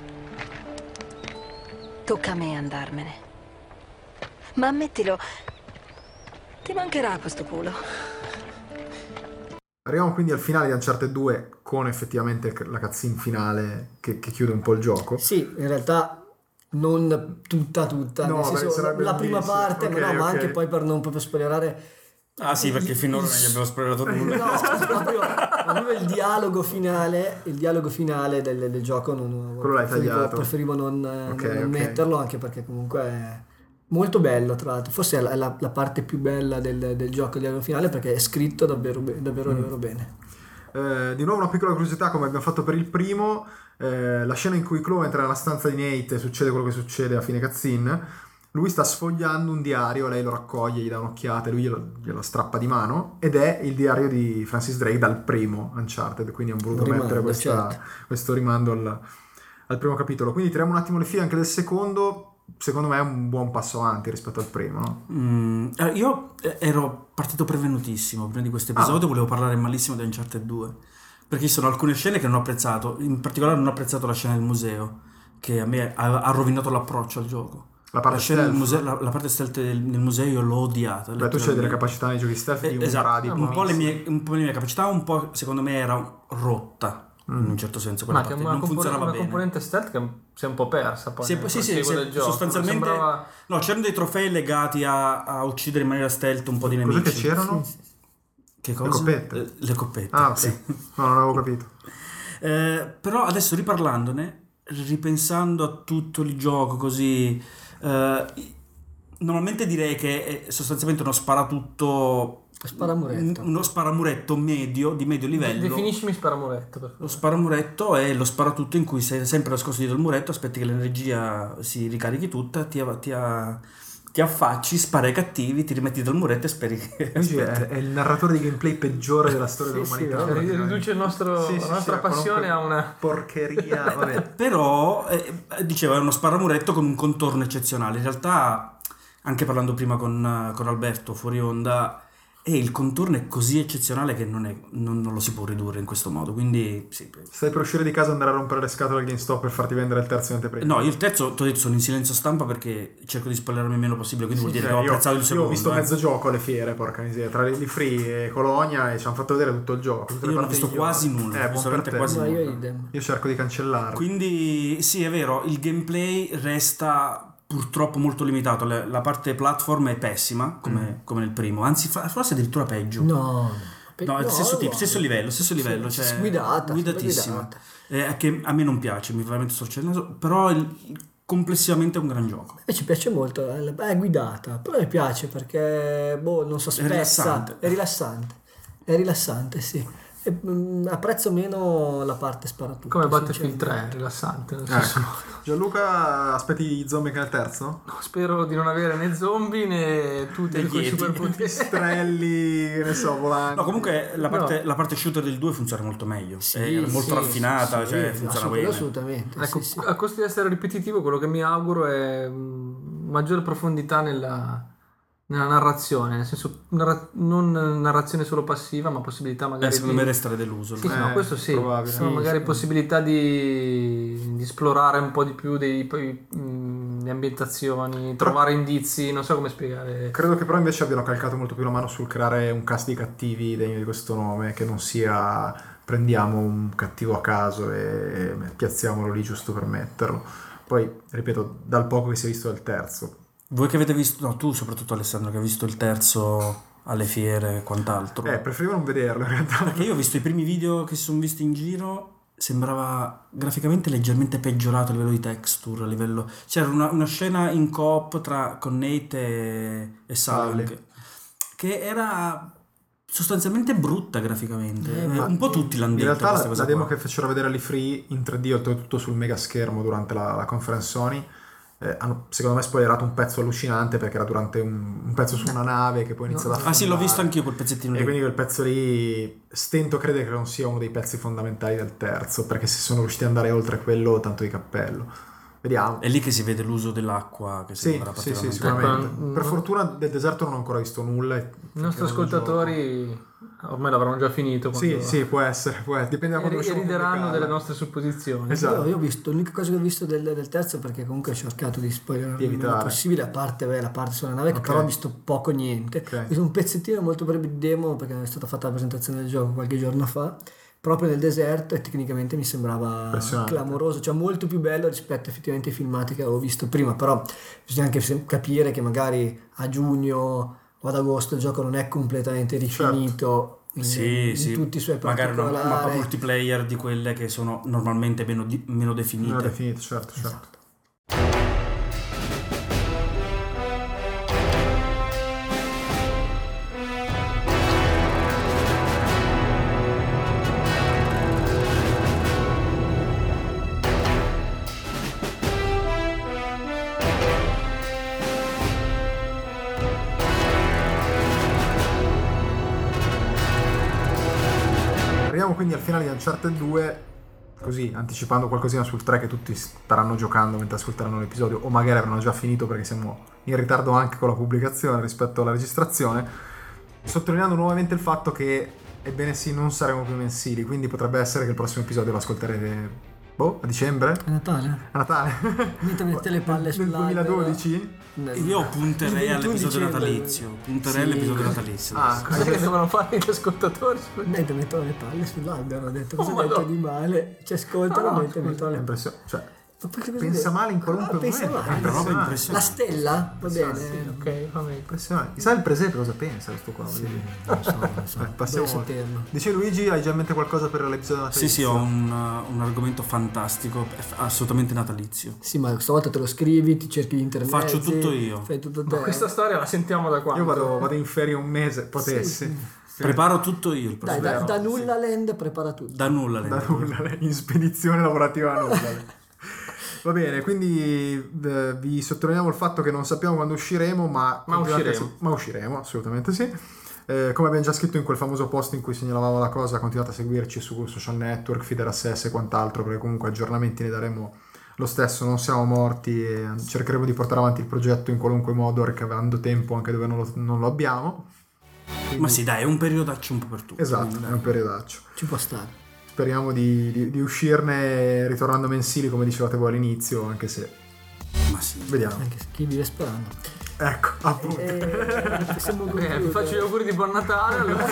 Tocca a me andarmene. Ma ammettilo, ti mancherà questo culo. Arriviamo quindi al finale di Uncharted 2 con effettivamente la cutscene finale che chiude un po' il gioco. Sì, in realtà non tutta, no, nel senso, la prima parte, okay, ma anche poi per non proprio spoilerare. Ah sì, perché finora non gli abbiamo spoilerato nulla. No, proprio il dialogo finale del gioco quello l'hai tagliato. Preferivo non metterlo, anche perché comunque è molto bello, tra l'altro. Forse è la parte più bella del gioco, il dialogo finale, perché è scritto davvero bene. Di nuovo una piccola curiosità, come abbiamo fatto per il primo, la scena in cui Chloe entra nella stanza di Nate e succede quello che succede a fine cutscene. Lui sta sfogliando un diario, lei lo raccoglie, gli dà un'occhiata e lui glielo strappa di mano, ed è il diario di Francis Drake dal primo Uncharted, quindi hanno voluto mettere questo rimando al primo capitolo. Quindi tiriamo un attimo le file anche del secondo. Secondo me è un buon passo avanti rispetto al primo, no? Io ero partito prevenutissimo prima di questo episodio, volevo parlare malissimo di Uncharted 2, perché ci sono alcune scene che non ho apprezzato, in particolare non ho apprezzato la scena del museo, che a me ha rovinato l'approccio al gioco. La parte la parte stealth nel museo io l'ho odiata. Beh, tu c'hai delle capacità nei giochi stealth di un po' le mie capacità, un po' secondo me era rotta in un certo senso quella parte. Non funzionava bene. Una componente stealth che si è un po' persa poi del gioco. Sostanzialmente no, c'erano dei trofei legati a uccidere in maniera stealth un po' di nemici. Cosa che c'erano? Che cosa? Le coppette. Ah, sì. No, non avevo capito. Però adesso riparlandone, ripensando a tutto il gioco così, normalmente direi che è sostanzialmente uno sparamuretto di medio livello. Definiscimi sparamuretto. Lo sparamuretto è lo sparatutto in cui sei sempre nascosto dietro il muretto, aspetti che l'energia si ricarichi tutta, ti affacci, spari ai cattivi, ti rimetti dal muretto e speri che... È il narratore di gameplay peggiore della storia dell'umanità. Riduce la nostra passione a una porcheria. Vabbè. Però dicevo, è uno sparamuretto con un contorno eccezionale. In realtà, anche parlando prima con Alberto fuori onda, il contorno è così eccezionale che non lo si può ridurre in questo modo, quindi sì. Stai per uscire di casa e andare a rompere le scatole al GameStop per farti vendere il terzo in anteprima? No, io il terzo, ti ho detto, sono in silenzio stampa perché cerco di spoilerarmi il meno possibile, quindi vuol dire che ho apprezzato il secondo. Io ho visto mezzo gioco alle fiere, porca miseria, tra Lily Free e Colonia, e ci hanno fatto vedere tutto il gioco. Io non ho visto quasi nulla, io cerco di cancellarlo. Quindi sì, è vero, il gameplay resta purtroppo molto limitato. La parte platform è pessima come nel primo, anzi forse addirittura peggio. No, stesso livello, cioè guidatissima. Che a me non piace, mi veramente sto accendendo, però complessivamente è un gran gioco. E ci piace molto, è guidata, però mi piace perché non so, spessa, è rilassante, sì. Apprezzo meno la parte sparatutto. Come Battlefield 3, rilassante. Gianluca, aspetti gli zombie anche nel terzo? No, spero di non avere né zombie né tutti quei superpoteri. Strelli, che ne so, volanti. No, comunque la parte shooter del 2 funziona molto meglio. È molto raffinata, cioè funziona bene. Assolutamente. Ecco, a costo di essere ripetitivo, quello che mi auguro è maggiore profondità nella narrazione, nel senso non narrazione solo passiva, ma possibilità magari secondo me restare deluso. Sì, no, questo sì, magari possibilità di esplorare un po' di più le ambientazioni, trovare indizi, non so come spiegare. Credo che però invece abbiano calcato molto più la mano sul creare un cast di cattivi degno di questo nome, che non sia prendiamo un cattivo a caso e piazziamolo lì giusto per metterlo. Poi, ripeto, dal poco che si è visto del terzo. Voi che avete visto, no, tu soprattutto Alessandro, che hai visto il terzo alle fiere e quant'altro. Preferivo non vederlo in realtà. Perché io ho visto i primi video che si sono visti in giro, sembrava graficamente leggermente peggiorato a livello di texture, a livello... C'era una scena in coop con Nate e Sally che era sostanzialmente brutta graficamente. Un po' tutti l'hanno detto. In realtà la demo che fecero vedere all'E3 in 3D, oltretutto sul mega schermo durante la conference Sony, hanno secondo me spoilerato un pezzo allucinante, perché era durante un pezzo su una nave che poi inizia ad affondare. Sì, l'ho visto anch'io quel pezzettino lì. E quindi quel pezzo lì stento credere che non sia uno dei pezzi fondamentali del terzo, perché se sono riusciti ad andare oltre quello, tanto di cappello. Vediamo. È lì che si vede l'uso dell'acqua che sembra sì, sicuramente. Per fortuna del deserto non ho ancora visto nulla. I nostri ascoltatori ormai l'avranno già finito. Sì, può essere. Dipende da quando rideranno delle nostre supposizioni. Esatto. Io ho visto, l'unica cosa che ho visto del terzo, perché comunque ho cercato di spoilerare il meno possibile, a parte la parte sulla nave, che però ho visto poco niente. Ho visto un pezzettino molto breve di demo, perché è stata fatta la presentazione del gioco qualche giorno fa, proprio nel deserto, e tecnicamente mi sembrava clamoroso, cioè molto più bello rispetto effettivamente ai filmati che avevo visto prima. Però bisogna anche capire che magari a giugno o ad agosto il gioco non è completamente rifinito in tutti i suoi particolari. Magari una mappa multiplayer di quelle che sono normalmente meno definite. Meno definite, certo. Quindi al finale di Uncharted 2, così anticipando qualcosina sul 3 che tutti staranno giocando mentre ascolteranno l'episodio, o magari avranno già finito perché siamo in ritardo anche con la pubblicazione rispetto alla registrazione, sottolineando nuovamente il fatto che ebbene sì, non saremo più mensili, quindi potrebbe essere che il prossimo episodio lo ascolterete a dicembre? A Natale. Mette le palle nel 2012? Io punterei all'episodio natalizio. All'episodio natalizio. Cosa che devono fare gli ascoltatori? Mentre mettono le palle sull'albero, ho detto cosa ho detto di male, ci ascoltano mentre mettono le palle. Cioè, pensa male in qualunque momento. La stella? Va bene. Ok, va bene, impressionante. Chissà il presepe cosa pensa questo qua. Non so. Passiamo. Dice Luigi, hai già in mente qualcosa per l'episodio natalizio? Sì, ho un argomento fantastico, assolutamente natalizio. Sì, ma stavolta te lo scrivi, ti cerchi di internet. Faccio tutto io. Fai tutto te. Ma questa storia la sentiamo da qua. Io vado in ferie un mese, potessi. Sì. Preparo tutto io. Dai, da Nullaland prepara tutto. Da Nullaland. In spedizione lavorativa a Nullaland. Va bene, quindi vi sottolineiamo il fatto che non sappiamo quando usciremo, ma usciremo, assolutamente sì. Come abbiamo già scritto in quel famoso post in cui segnalavamo la cosa, continuate a seguirci su social network, feed RSS e quant'altro, perché comunque aggiornamenti ne daremo lo stesso, non siamo morti e cercheremo di portare avanti il progetto in qualunque modo, ricavando tempo anche dove non lo abbiamo. Quindi... Ma sì, dai, è un periodaccio un po' per tutti. Esatto, è un periodaccio. Ci può stare. Speriamo di uscirne ritornando mensili, come dicevate voi all'inizio, anche se... Ma sì. Vediamo. Anche chi vive sperando. Ecco, appunto. Vi faccio gli auguri di buon Natale. Allora.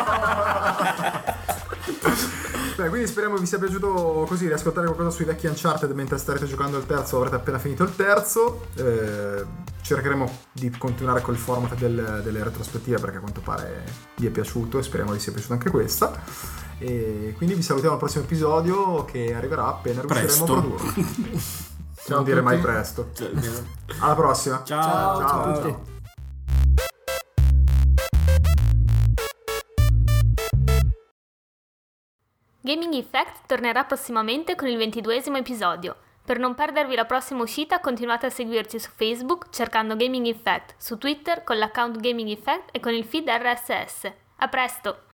Beh, quindi speriamo vi sia piaciuto così riascoltare qualcosa sui vecchi Uncharted mentre starete giocando il terzo, avrete appena finito il terzo. Cercheremo di continuare col format delle retrospettive, perché a quanto pare vi è piaciuto e speriamo vi sia piaciuta anche questa. E quindi vi salutiamo al prossimo episodio che arriverà appena riusciremo a produrre. Non dire mai presto. Alla prossima. Ciao a tutti. Gaming Effect tornerà prossimamente con il 22esimo episodio. Per non perdervi la prossima uscita continuate a seguirci su Facebook cercando Gaming Effect, su Twitter con l'account Gaming Effect e con il feed RSS. A presto!